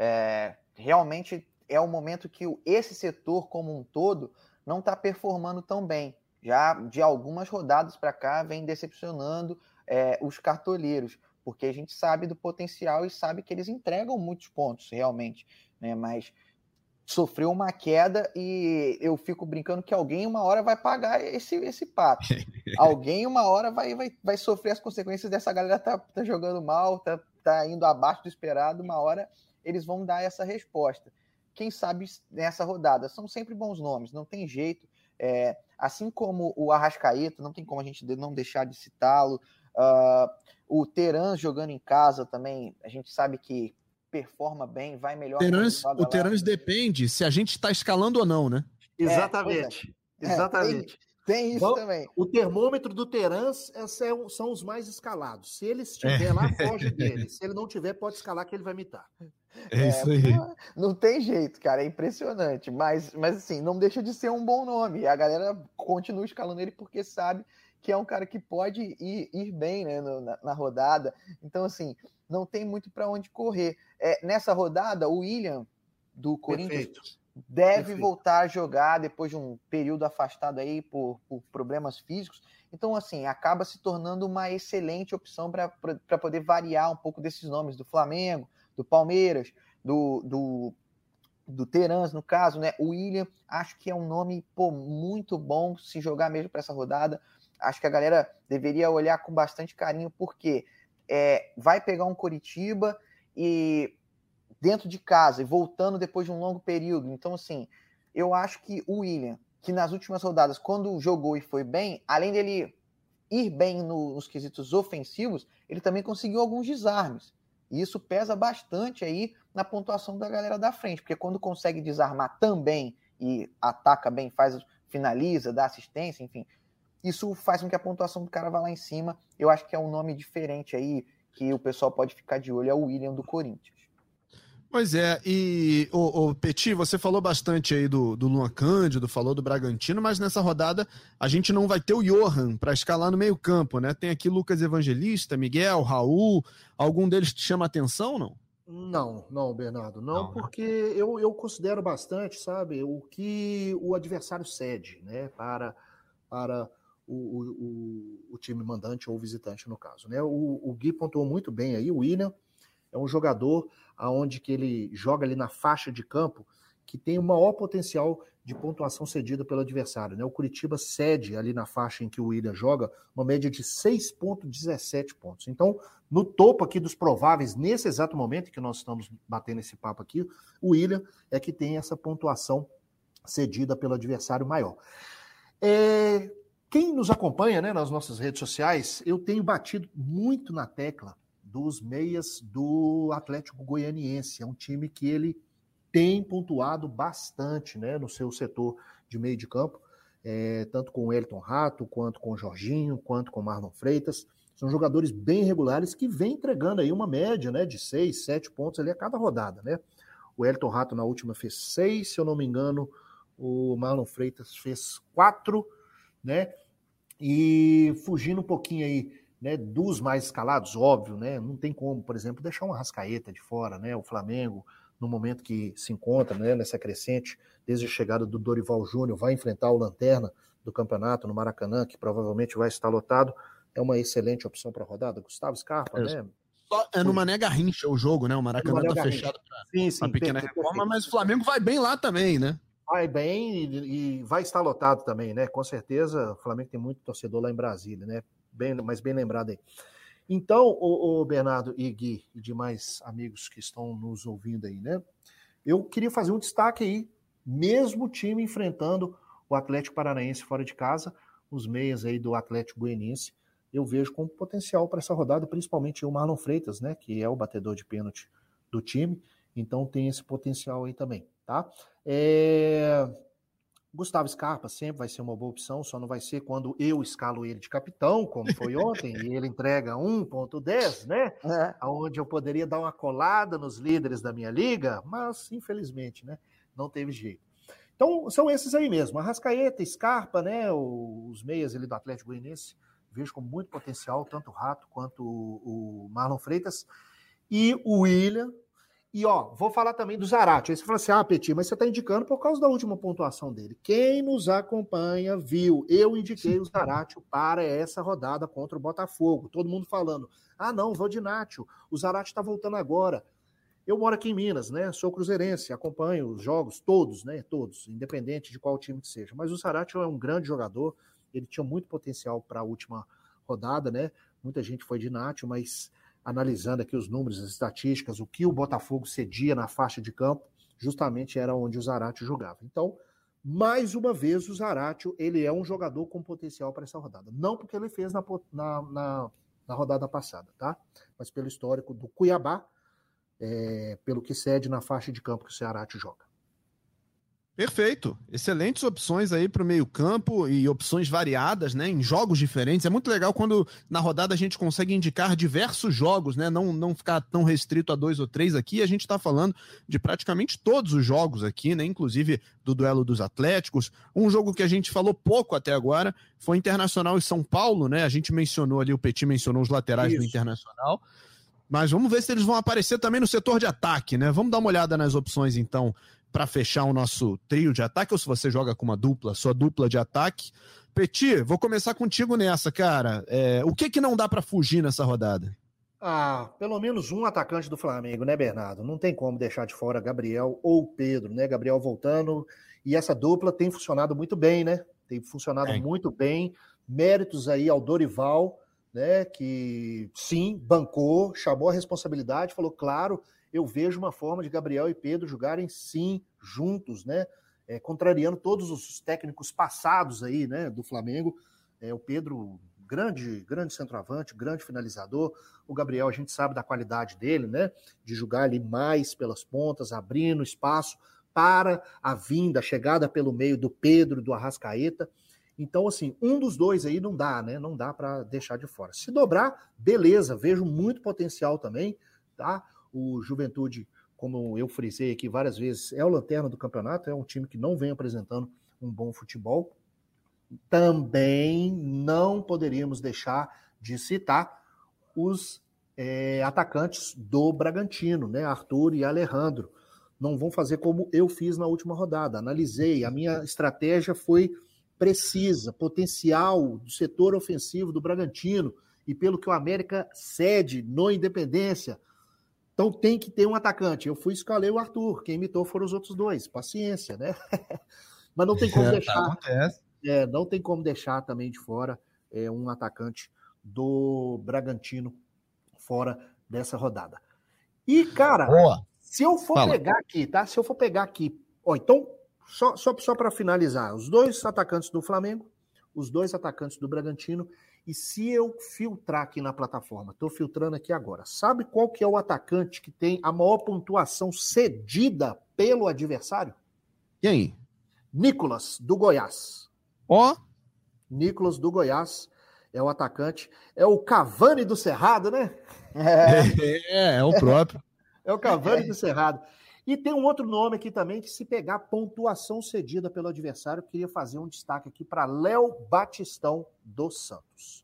É, realmente é o momento que esse setor como um todo não está performando tão bem. Já de algumas rodadas para cá vem decepcionando é, os cartoleiros, porque a gente sabe do potencial e sabe que eles entregam muitos pontos, realmente, né? Mas sofreu uma queda e eu fico brincando que alguém uma hora vai pagar esse, esse pato. Alguém uma hora vai, vai, vai sofrer as consequências dessa galera tá, tá jogando mal, tá, tá indo abaixo do esperado, uma hora eles vão dar essa resposta. Quem sabe nessa rodada? São sempre bons nomes, não tem jeito. É, assim como o Arrascaeta, não tem como a gente não deixar de citá-lo. Uh, o Teran jogando em casa também, a gente sabe que performa bem, vai melhor. Terans, o Terans depende se a gente está escalando ou não, né? É, Exatamente. É. Exatamente. É, tem, tem isso Bom, também. O termômetro do Terans são os mais escalados. Se ele estiver é. lá, foge dele. Se ele não tiver, pode escalar que ele vai mitar. É isso aí. Não, não tem jeito, cara. É impressionante. Mas, mas assim, não deixa de ser um bom nome. A galera continua escalando ele porque sabe que é um cara que pode ir, ir bem, né, no, na, na rodada. Então, assim, não tem muito para onde correr. É, nessa rodada, o William, do Corinthians, Perfeito. deve Perfeito. voltar a jogar depois de um período afastado aí por, por problemas físicos. Então, assim, acaba se tornando uma excelente opção para poder variar um pouco desses nomes do Flamengo, do Palmeiras, do, do, do Terans, no caso, né? O William, acho que é um nome pô, muito bom se jogar mesmo para essa rodada. Acho que a galera deveria olhar com bastante carinho, porque é, vai pegar um Coritiba e dentro de casa e voltando depois de um longo período. Então, assim, eu acho que o William, que nas últimas rodadas, quando jogou e foi bem, além dele ir bem no, nos quesitos ofensivos, ele também conseguiu alguns desarmes. E isso pesa bastante aí na pontuação da galera da frente, porque quando consegue desarmar também e ataca bem, faz, finaliza, dá assistência, enfim, isso faz com que a pontuação do cara vá lá em cima. Eu acho que é um nome diferente aí, que o pessoal pode ficar de olho, é o William do Corinthians. Pois é, e o, o Petit, você falou bastante aí do, do Luan Cândido, falou do Bragantino, mas nessa rodada a gente não vai ter o Johan para escalar no meio campo, né? Tem aqui Lucas Evangelista, Miguel, Raul, algum deles te chama a atenção, não? Não, não, Bernardo, não, não porque né? eu, eu considero bastante, sabe, o que o adversário cede, né, para, para o, o, o time mandante ou visitante, no caso, né? O, o Gui pontuou muito bem aí, o William é um jogador aonde que ele joga ali na faixa de campo que tem o maior potencial de pontuação cedida pelo adversário, né? O Curitiba cede ali na faixa em que o William joga uma média de seis vírgula dezessete pontos. Então, no topo aqui dos prováveis, nesse exato momento que nós estamos batendo esse papo aqui, o William é que tem essa pontuação cedida pelo adversário maior. É, quem nos acompanha, né, nas nossas redes sociais, eu tenho batido muito na tecla dos meias do Atlético Goianiense. É um time que ele tem pontuado bastante, né, no seu setor de meio de campo, é, tanto com o Elton Rato, quanto com o Jorginho, quanto com o Marlon Freitas. São jogadores bem regulares que vêm entregando aí uma média, né, de seis, sete pontos ali a cada rodada, né? O Elton Rato na última fez seis, se eu não me engano, o Marlon Freitas fez quatro, né? E fugindo um pouquinho aí, né, dos mais escalados, óbvio, né? Não tem como, por exemplo, deixar uma Arrascaeta de fora, né? O Flamengo, no momento que se encontra, né, nessa crescente, desde a chegada do Dorival Júnior, vai enfrentar o Lanterna do campeonato no Maracanã, que provavelmente vai estar lotado. É uma excelente opção para a rodada. Gustavo Scarpa, é, né? Só, é no Mané Garrincha o jogo, né? O Maracanã tá fechado para a pequena perfeito, reforma, perfeito. Mas o Flamengo vai bem lá também, né? Vai bem e, e vai estar lotado também, né? Com certeza, o Flamengo tem muito torcedor lá em Brasília, né? Bem, mas bem lembrado aí. Então, o, o Bernardo e Gui e demais amigos que estão nos ouvindo aí, né? Eu queria fazer um destaque aí, mesmo time enfrentando o Atlético Paranaense fora de casa, os meias aí do Atlético Goianiense, eu vejo com potencial para essa rodada, principalmente o Marlon Freitas, né? Que é o batedor de pênalti do time, então tem esse potencial aí também, tá? É... Gustavo Scarpa sempre vai ser uma boa opção, só não vai ser quando eu escalo ele de capitão, como foi ontem, e ele entrega um ponto dez, né? É. Onde eu poderia dar uma colada nos líderes da minha liga, mas infelizmente, né? Não teve jeito. Então, são esses aí mesmo, Arrascaeta, Scarpa, né? Os meias ali do Atlético Goianiense, vejo com muito potencial, tanto o Rato quanto o Marlon Freitas, e o William. E, ó, vou falar também do Zarate. Aí você fala assim, ah, Petit, mas você tá indicando por causa da última pontuação dele. Quem nos acompanha viu, eu indiquei o Zarate para essa rodada contra o Botafogo. Todo mundo falando, ah, não, vou de Nacho, o Zarate tá voltando agora. Eu moro aqui em Minas, né, sou cruzeirense, acompanho os jogos todos, né, todos, independente de qual time que seja. Mas o Zarate é um grande jogador, ele tinha muito potencial para a última rodada, né, muita gente foi de Nacho, mas... analisando aqui os números, as estatísticas, o que o Botafogo cedia na faixa de campo, justamente era onde o Zarate jogava. Então, mais uma vez, o Zarate, ele é um jogador com potencial para essa rodada. Não porque ele fez na, na, na, na rodada passada, tá? Mas pelo histórico do Cuiabá, é, pelo que cede na faixa de campo que o Zarate joga. Perfeito. Excelentes opções aí para o meio-campo e opções variadas, né, em jogos diferentes. É muito legal quando na rodada a gente consegue indicar diversos jogos, né, não, não ficar tão restrito a dois ou três aqui. A gente está falando de praticamente todos os jogos aqui, né, inclusive do duelo dos Atléticos. Um jogo que a gente falou pouco até agora foi Internacional e São Paulo, né? A gente mencionou ali, o Petit mencionou os laterais Isso. do Internacional. Mas vamos ver se eles vão aparecer também no setor de ataque, né? Vamos dar uma olhada nas opções, então, para fechar o nosso trio de ataque, ou se você joga com uma dupla, sua dupla de ataque. Petit, vou começar contigo nessa, cara. É, o que que não dá para fugir nessa rodada? Ah, pelo menos um atacante do Flamengo, né, Bernardo? Não tem como deixar de fora Gabriel ou Pedro, né? Gabriel voltando, e essa dupla tem funcionado muito bem, né? Tem funcionado é. muito bem. Méritos aí ao Dorival, né? Que sim, bancou, chamou a responsabilidade, falou, claro, eu vejo uma forma de Gabriel e Pedro jogarem sim, juntos, né? É, contrariando todos os técnicos passados aí, né, do Flamengo. É, o Pedro, grande, grande centroavante, grande finalizador. O Gabriel, a gente sabe da qualidade dele, né? De jogar ali mais pelas pontas, abrindo espaço para a vinda, a chegada pelo meio do Pedro, do Arrascaeta. Então, assim, um dos dois aí não dá, né? Não dá para deixar de fora. Se dobrar, beleza, vejo muito potencial também, tá? O Juventude, como eu frisei aqui várias vezes, é o lanterna do campeonato, é um time que não vem apresentando um bom futebol. Também não poderíamos deixar de citar os é, atacantes do Bragantino, né? Arthur e Alejandro. Não vão fazer como eu fiz na última rodada. Analisei, a minha estratégia foi precisa, potencial do setor ofensivo do Bragantino e pelo que o América cede no Independência. Então tem que ter um atacante. Eu fui escolher o Arthur, quem imitou foram os outros dois. Paciência, né? Mas não tem como é, deixar. É, não tem como deixar também de fora é, um atacante do Bragantino fora dessa rodada. E, cara, Boa. se eu for Fala. pegar aqui, tá? Se eu for pegar aqui, ó, então, só, só, só para finalizar, os dois atacantes do Flamengo, os dois atacantes do Bragantino. E se eu filtrar aqui na plataforma, estou filtrando aqui agora, sabe qual que é o atacante que tem a maior pontuação cedida pelo adversário? Quem? Nicolas, do Goiás. Ó! Oh. Nicolas, do Goiás, é o atacante. É o Cavani do Cerrado, né? É, é, é o próprio. É o Cavani é. do Cerrado. E tem um outro nome aqui também, que se pegar pontuação cedida pelo adversário, eu queria fazer um destaque aqui para Léo Batistão dos Santos.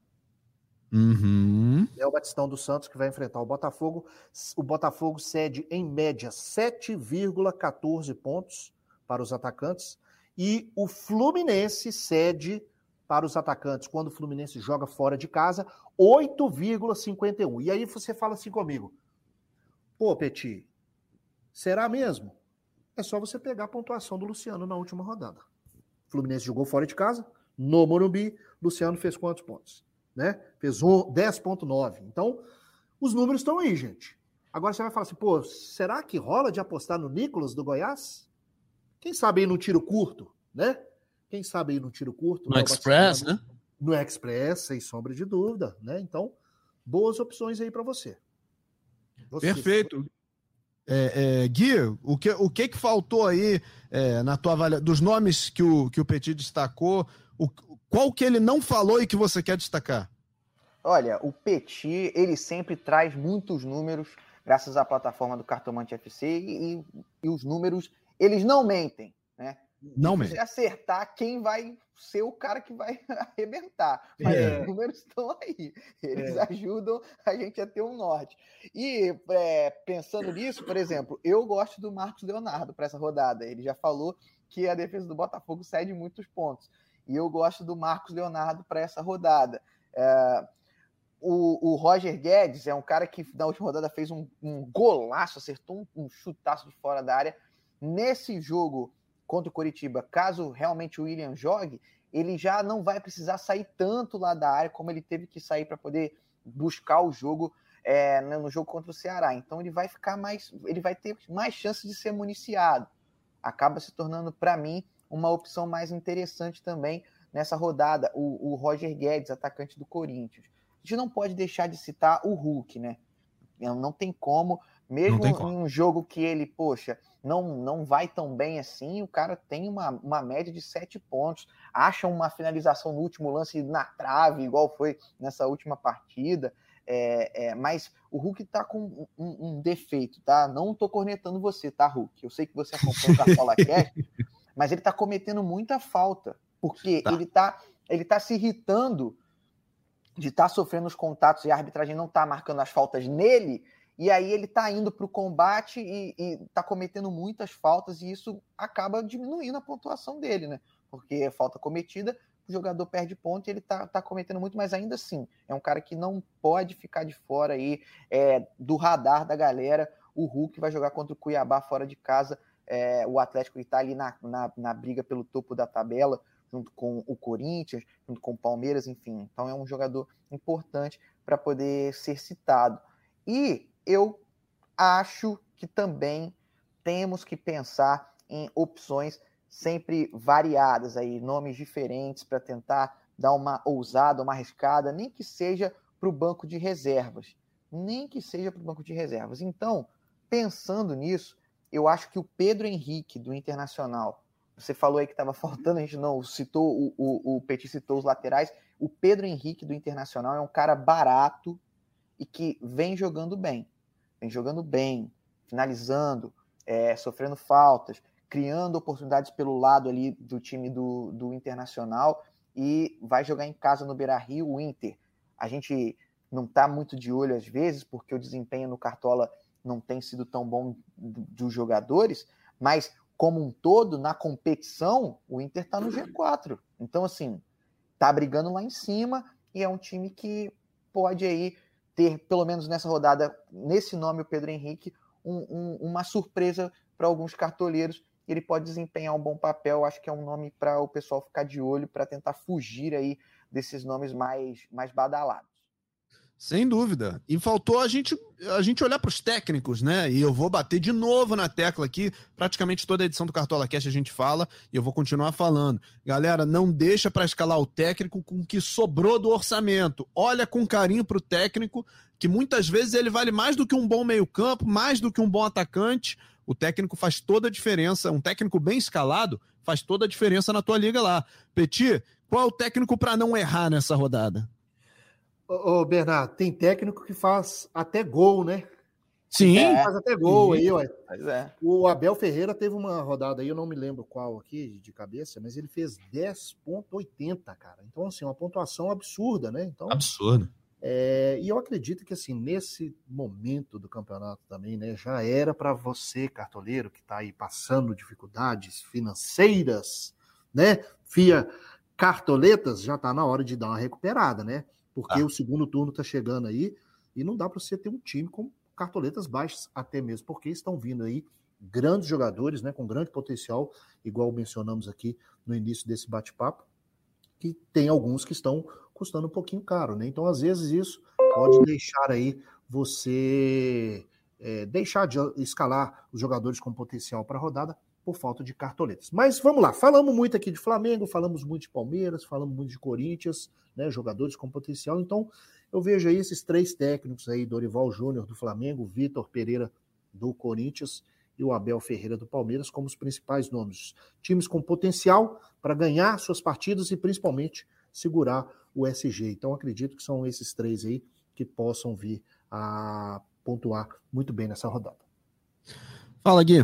Uhum. Léo Batistão dos Santos, que vai enfrentar o Botafogo. O Botafogo cede, em média, sete vírgula quatorze pontos para os atacantes. E o Fluminense cede para os atacantes quando o Fluminense joga fora de casa, oito vírgula cinquenta e um. E aí você fala assim comigo, pô, Petit, será mesmo? É só você pegar a pontuação do Luciano na última rodada. O Fluminense jogou fora de casa, no Morumbi, Luciano fez quantos pontos? Né? Fez dez vírgula nove. Então, os números estão aí, gente. Agora você vai falar assim, pô, será que rola de apostar no Nicolas do Goiás? Quem sabe aí no tiro curto, né? Quem sabe aí no tiro curto. No Express, né? No Express, sem sombra de dúvida, né? Então, boas opções aí para você. você. Perfeito. É, é, Gui, o que, o que que faltou aí é, na tua avaliação, dos nomes que o, que o Petit destacou, o, qual que ele não falou e que você quer destacar? Olha, o Petit, ele sempre traz muitos números, graças à plataforma do Cartomante F C, e, e os números, eles não mentem, né? Não mentem. Acertar quem vai ser o cara que vai arrebentar. Mas é. Os números estão aí. Eles é. ajudam a gente a ter um norte. E é, pensando nisso, por exemplo, eu gosto do Marcos Leonardo para essa rodada. Ele já falou que a defesa do Botafogo cede muitos pontos. E eu gosto do Marcos Leonardo para essa rodada. É, o, o Roger Guedes é um cara que na última rodada fez um, um golaço, acertou um, um chutaço de fora da área. Nesse jogo contra o Coritiba, caso realmente o William jogue, ele já não vai precisar sair tanto lá da área como ele teve que sair para poder buscar o jogo é, no jogo contra o Ceará. Então ele vai ficar mais, ele vai ter mais chance de ser municiado. Acaba se tornando, para mim, uma opção mais interessante também nessa rodada, o, o Roger Guedes, atacante do Corinthians. A gente não pode deixar de citar o Hulk, né? Não tem como, mesmo tem como. Em um jogo que ele, poxa, não, não vai tão bem assim, o cara tem uma, uma média de sete pontos, acha uma finalização no último lance na trave, igual foi nessa última partida, é, é, mas o Hulk tá com um, um defeito, tá? Não tô cornetando você, tá, Hulk? Eu sei que você acompanha o Cartola Cast, mas ele tá cometendo muita falta, porque tá. ele tá, ele tá se irritando de estar tá sofrendo os contatos e a arbitragem não tá marcando as faltas nele, e aí ele tá indo para o combate e, e tá cometendo muitas faltas, e isso acaba diminuindo a pontuação dele, né? Porque é falta cometida, o jogador perde ponto e ele tá, tá cometendo muito, mas ainda assim, é um cara que não pode ficar de fora aí é, do radar da galera. O Hulk vai jogar contra o Cuiabá fora de casa, é, o Atlético está ali na, na, na briga pelo topo da tabela, junto com o Corinthians, junto com o Palmeiras, enfim. Então é um jogador importante para poder ser citado. E eu acho que também temos que pensar em opções sempre variadas, aí, nomes diferentes para tentar dar uma ousada, uma arriscada, nem que seja para o banco de reservas. Nem que seja para o banco de reservas. Então, pensando nisso, eu acho que o Pedro Henrique, do Internacional, você falou aí que estava faltando, a gente não citou, o, o, o Petit citou os laterais. O Pedro Henrique do Internacional é um cara barato e que vem jogando bem. Vem jogando bem, finalizando, é, sofrendo faltas, criando oportunidades pelo lado ali do time do, do Internacional, e vai jogar em casa no Beira-Rio. O Inter, a gente não está muito de olho às vezes, porque o desempenho no Cartola não tem sido tão bom dos jogadores, mas como um todo, na competição, o Inter está no G quatro. Então, assim, tá brigando lá em cima e é um time que pode aí ter, pelo menos nessa rodada, nesse nome, o Pedro Henrique, um, um, uma surpresa para alguns cartoleiros. Ele pode desempenhar um bom papel. Acho que é um nome para o pessoal ficar de olho, para tentar fugir aí desses nomes mais, mais badalados. Sem dúvida. E faltou a gente, a gente olhar para os técnicos, né? E eu vou bater de novo na tecla aqui. Praticamente toda a edição do Cartola Cast a gente fala, e eu vou continuar falando. Galera, não deixa para escalar o técnico com o que sobrou do orçamento. Olha com carinho para o técnico, que muitas vezes ele vale mais do que um bom meio-campo, mais do que um bom atacante. O técnico faz toda a diferença. Um técnico bem escalado faz toda a diferença na tua liga lá. Petit, qual é o técnico para não errar nessa rodada? Ô, Bernardo, tem técnico que faz até gol, né? Sim. É, faz até gol Sim. aí, ó. É. O Abel Ferreira teve uma rodada aí, eu não me lembro qual aqui de cabeça, mas ele fez dez vírgula oitenta, cara. Então, assim, uma pontuação absurda, né? Então, absurdo. É, e eu acredito que, assim, nesse momento do campeonato também, né, já era para você, cartoleiro, que está aí passando dificuldades financeiras, né? Fia cartoletas, já está na hora de dar uma recuperada, né? Porque ah. o segundo turno está chegando aí e não dá para você ter um time com cartoletas baixas, até mesmo porque estão vindo aí grandes jogadores, né, com grande potencial, igual mencionamos aqui no início desse bate-papo, que tem alguns que estão custando um pouquinho caro, né? Então, às vezes, isso pode deixar aí você é, deixar de escalar os jogadores com potencial para a rodada por falta de cartoletas. Mas vamos lá, falamos muito aqui de Flamengo, falamos muito de Palmeiras, falamos muito de Corinthians, né, jogadores com potencial. Então, eu vejo aí esses três técnicos aí, Dorival Júnior do Flamengo, Vitor Pereira do Corinthians e o Abel Ferreira do Palmeiras como os principais nomes. Times com potencial para ganhar suas partidas e principalmente segurar o S G. Então, acredito que são esses três aí que possam vir a pontuar muito bem nessa rodada. Fala, Gui.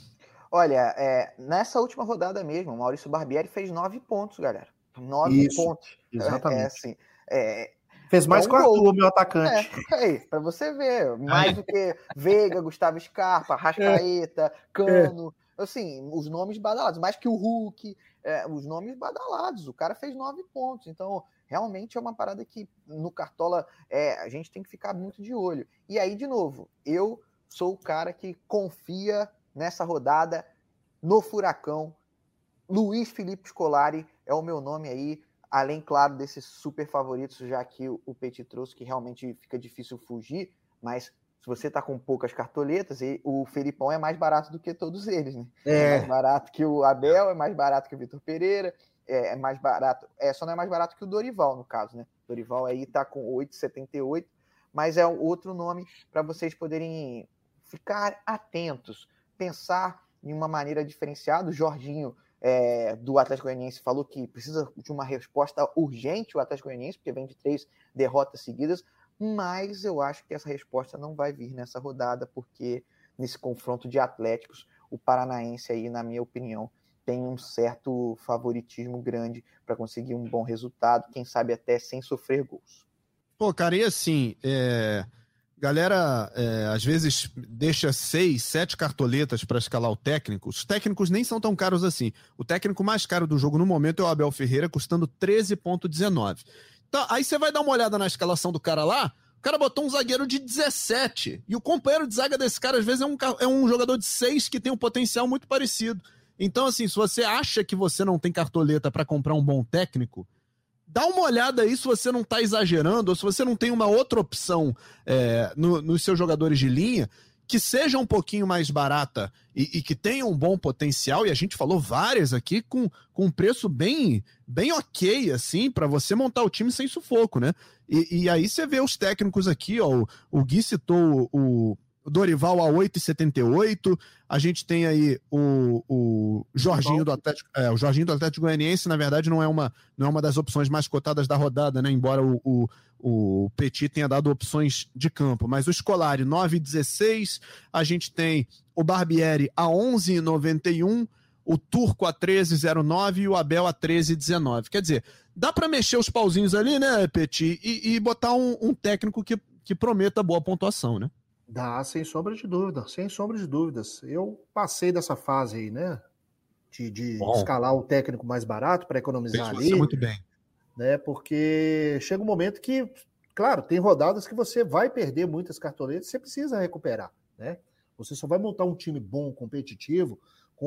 Olha, é, nessa última rodada mesmo, o Maurício Barbieri fez nove pontos, galera. Nove Isso, pontos. Exatamente. É, assim, é, Fez mais é um que o Arthur, meu atacante. É, aí, pra você ver. Mais do que Veiga, Gustavo Scarpa, Rascaeta, Cano. É. Assim, os nomes badalados. Mais que o Hulk. É, os nomes badalados. O cara fez nove pontos. Então, realmente é uma parada que no Cartola é, a gente tem que ficar muito de olho. E aí, de novo, eu sou o cara que confia nessa rodada no Furacão. Luiz Felipe Scolari é o meu nome aí, além, claro, desses super favoritos, já que o Petit trouxe, que realmente fica difícil fugir, mas se você tá com poucas cartoletas, o Felipão é mais barato do que todos eles, né? É, é mais barato que o Abel, é mais barato que o Vitor Pereira, é, é mais barato, é, só não é mais barato que o Dorival, no caso, né? O Dorival aí tá com oito vírgula setenta e oito, mas é outro nome para vocês poderem ficar atentos, pensar em uma maneira diferenciada. O Jorginho é, do Atlético Goianiense falou que precisa de uma resposta urgente o Atlético Goianiense, porque vem de três derrotas seguidas, mas eu acho que essa resposta não vai vir nessa rodada, porque nesse confronto de Atléticos, o Paranaense aí, na minha opinião, tem um certo favoritismo grande para conseguir um bom resultado, quem sabe até sem sofrer gols. Pô, cara, e assim, é... galera, é, às vezes deixa seis, sete cartoletas para escalar o técnico. Os técnicos nem são tão caros assim. O técnico mais caro do jogo no momento é o Abel Ferreira, custando treze vírgula dezenove. Então, aí você vai dar uma olhada na escalação do cara lá, o cara botou um zagueiro de dezessete. E o companheiro de zaga desse cara, às vezes, é um, é um jogador de seis que tem um potencial muito parecido. Então, assim, se você acha que você não tem cartoleta para comprar um bom técnico, dá uma olhada aí se você não está exagerando ou se você não tem uma outra opção é, no, nos seus jogadores de linha que seja um pouquinho mais barata e, e que tenha um bom potencial, e a gente falou várias aqui com, com um preço bem, bem ok, assim, para você montar o time sem sufoco, né? E, e aí você vê os técnicos aqui, ó, o, o Gui citou o, o Dorival a oito vírgula setenta e oito, a gente tem aí o, o Jorginho do Atlético, é, o Jorginho do Atlético Goianiense, na verdade, não é uma, não é uma das opções mais cotadas da rodada, né? Embora o, o, o Petit tenha dado opções de campo, mas o Scolari nove vírgula dezesseis, a gente tem o Barbieri a onze vírgula noventa e um, o Turco a treze vírgula zero nove e o Abel a treze vírgula dezenove. Quer dizer, dá para mexer os pauzinhos ali, né, Petit, e, e botar um, um técnico que, que prometa boa pontuação, né? Dá, sem sombra de dúvida, sem sombra de dúvidas. Eu passei dessa fase aí, né? De, de escalar o técnico mais barato para economizar Fez ali. você muito bem. Né? Porque chega um momento que, claro, tem rodadas que você vai perder muitas cartoletas, você precisa recuperar, né? Você só vai montar um time bom, competitivo,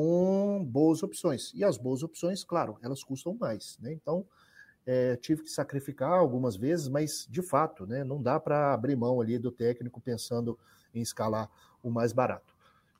com boas opções. E as boas opções, claro, elas custam mais, né? Então, É, tive que sacrificar algumas vezes, mas de fato, né, não dá para abrir mão ali do técnico pensando em escalar o mais barato.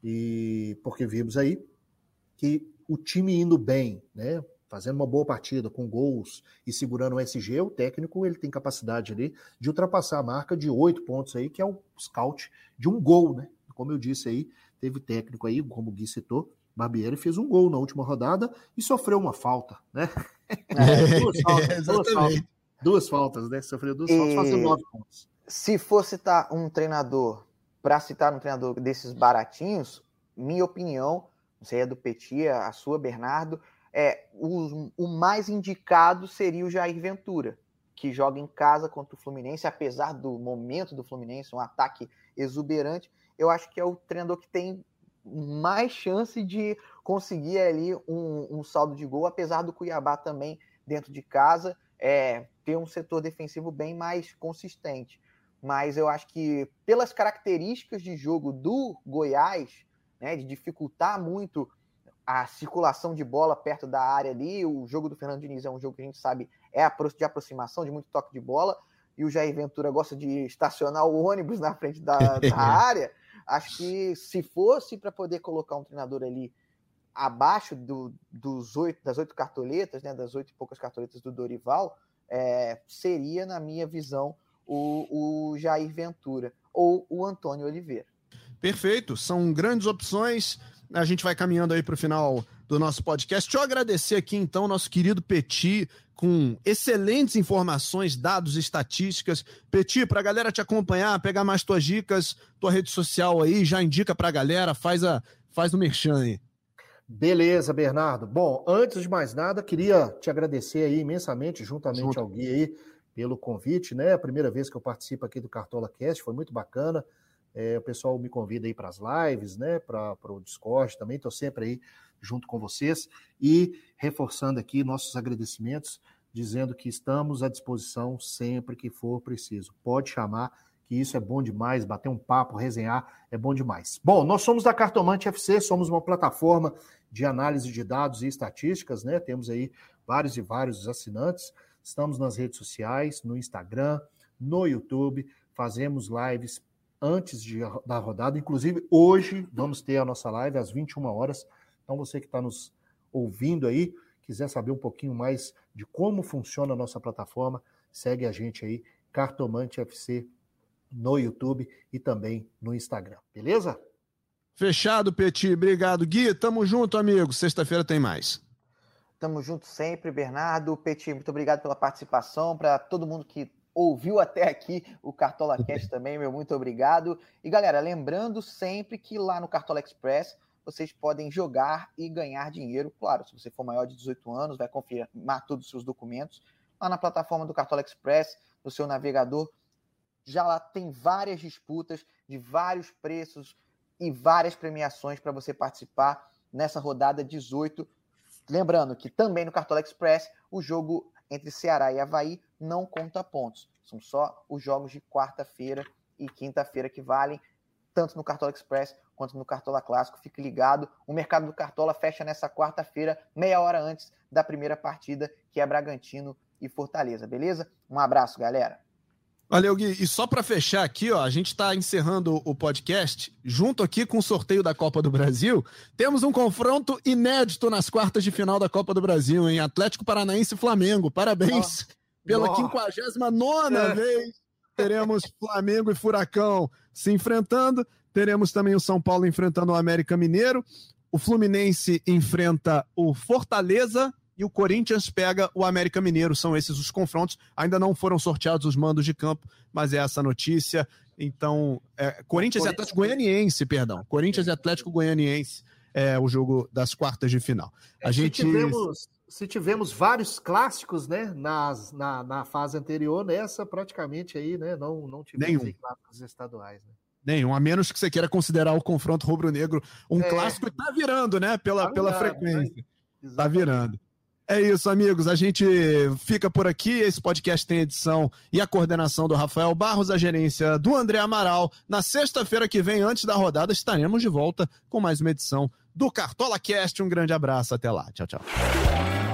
E porque vimos aí que o time indo bem, né, fazendo uma boa partida com gols e segurando o S G, o técnico ele tem capacidade ali de ultrapassar a marca de oito pontos aí, que é o scout de um gol, né? Como eu disse aí, teve técnico aí, como o Gui citou, Barbieri fez um gol na última rodada e sofreu uma falta, né? É, duas, faltas, duas, faltas, duas faltas, né? Sofreu duas e... faltas, fazendo nove pontos. Se for citar um treinador, para citar um treinador desses baratinhos, minha opinião, não sei, é do Petit, a sua, Bernardo, é, o, o mais indicado seria o Jair Ventura, que joga em casa contra o Fluminense, apesar do momento do Fluminense, um ataque exuberante, eu acho que é o treinador que tem mais chance de conseguir ali um, um saldo de gol, apesar do Cuiabá também dentro de casa, é, ter um setor defensivo bem mais consistente. Mas eu acho que, pelas características de jogo do Goiás, né, de dificultar muito a circulação de bola perto da área ali, o jogo do Fernando Diniz é um jogo que a gente sabe é de aproximação, de muito toque de bola, e o Jair Ventura gosta de estacionar o ônibus na frente da, da área. Acho que se fosse para poder colocar um treinador ali abaixo do, dos oito, das oito cartoletas, né, das oito e poucas cartoletas do Dorival, é, seria, na minha visão, o, o Jair Ventura ou o Antônio Oliveira. Perfeito, são grandes opções. A gente vai caminhando aí para o final do nosso podcast. Deixa eu agradecer aqui, então, nosso querido Petit, com excelentes informações, dados, estatísticas. Petit, para a galera te acompanhar, pegar mais tuas dicas, tua rede social aí, já indica para a galera, faz, a, faz o merchan aí. Beleza, Bernardo. Bom, antes de mais nada, queria te agradecer aí imensamente, juntamente Junto. ao Gui aí, pelo convite, né? A primeira vez que eu participo aqui do Cartola Cast, foi muito bacana. É, o pessoal me convida aí para as lives, né? Para o Discord também, estou sempre aí junto com vocês. E reforçando aqui nossos agradecimentos, dizendo que estamos à disposição sempre que for preciso. Pode chamar, que isso é bom demais, bater um papo, resenhar, é bom demais. Bom, nós somos da Cartomante F C, somos uma plataforma de análise de dados e estatísticas, né? Temos aí vários e vários assinantes, estamos nas redes sociais, no Instagram, no YouTube, fazemos lives antes de, da rodada, inclusive hoje vamos ter a nossa live às vinte e uma horas, então você que está nos ouvindo aí, quiser saber um pouquinho mais de como funciona a nossa plataforma, segue a gente aí, Cartomante F C, no YouTube e também no Instagram, beleza? Fechado, Petit. Obrigado, Gui. Tamo junto, amigo. Sexta-feira tem mais. Tamo junto sempre, Bernardo. Petit, muito obrigado pela participação. Para todo mundo que ouviu até aqui o Cartola Cast também, meu muito obrigado. E, galera, lembrando sempre que lá no Cartola Express vocês podem jogar e ganhar dinheiro. Claro, se você for maior de dezoito anos, vai confirmar todos os seus documentos. Lá na plataforma do Cartola Express, no seu navegador, já lá tem várias disputas de vários preços e várias premiações para você participar nessa rodada dezoito. Lembrando que também no Cartola Express o jogo entre Ceará e Avaí não conta pontos. São só os jogos de quarta-feira e quinta-feira que valem, tanto no Cartola Express quanto no Cartola Clássico. Fique ligado, o mercado do Cartola fecha nessa quarta-feira, meia hora antes da primeira partida, que é Bragantino e Fortaleza, beleza? Um abraço, galera. Valeu, Gui. E só para fechar aqui, ó, a gente está encerrando o podcast, junto aqui com o sorteio da Copa do Brasil, temos um confronto inédito nas quartas de final da Copa do Brasil, hein? Atlético Paranaense e Flamengo. Parabéns oh. pela quinquagésima nona é. vez. Teremos Flamengo e Furacão se enfrentando, teremos também o São Paulo enfrentando o América Mineiro, o Fluminense enfrenta o Fortaleza e o Corinthians pega o América Mineiro. São esses os confrontos. Ainda não foram sorteados os mandos de campo, mas é essa a notícia. Então, é, Corinthians e Atlético Goianiense, perdão. Corinthians e Atlético Goianiense é o jogo das quartas de final. A se, gente... tivemos, se tivemos vários clássicos, né, nas, na, na fase anterior, nessa praticamente aí, né, não, não tivemos Nenhum. clássicos estaduais, né? Nenhum, a menos que você queira considerar o confronto rubro-negro um é. clássico, e tá virando, né, pela, tá pela virando, frequência. Né? Tá virando. É isso, amigos. A gente fica por aqui. Esse podcast tem edição e a coordenação do Rafael Barros, a gerência do André Amaral. Na sexta-feira que vem, antes da rodada, estaremos de volta com mais uma edição do Cartola Cast. Um grande abraço. Até lá. Tchau, tchau.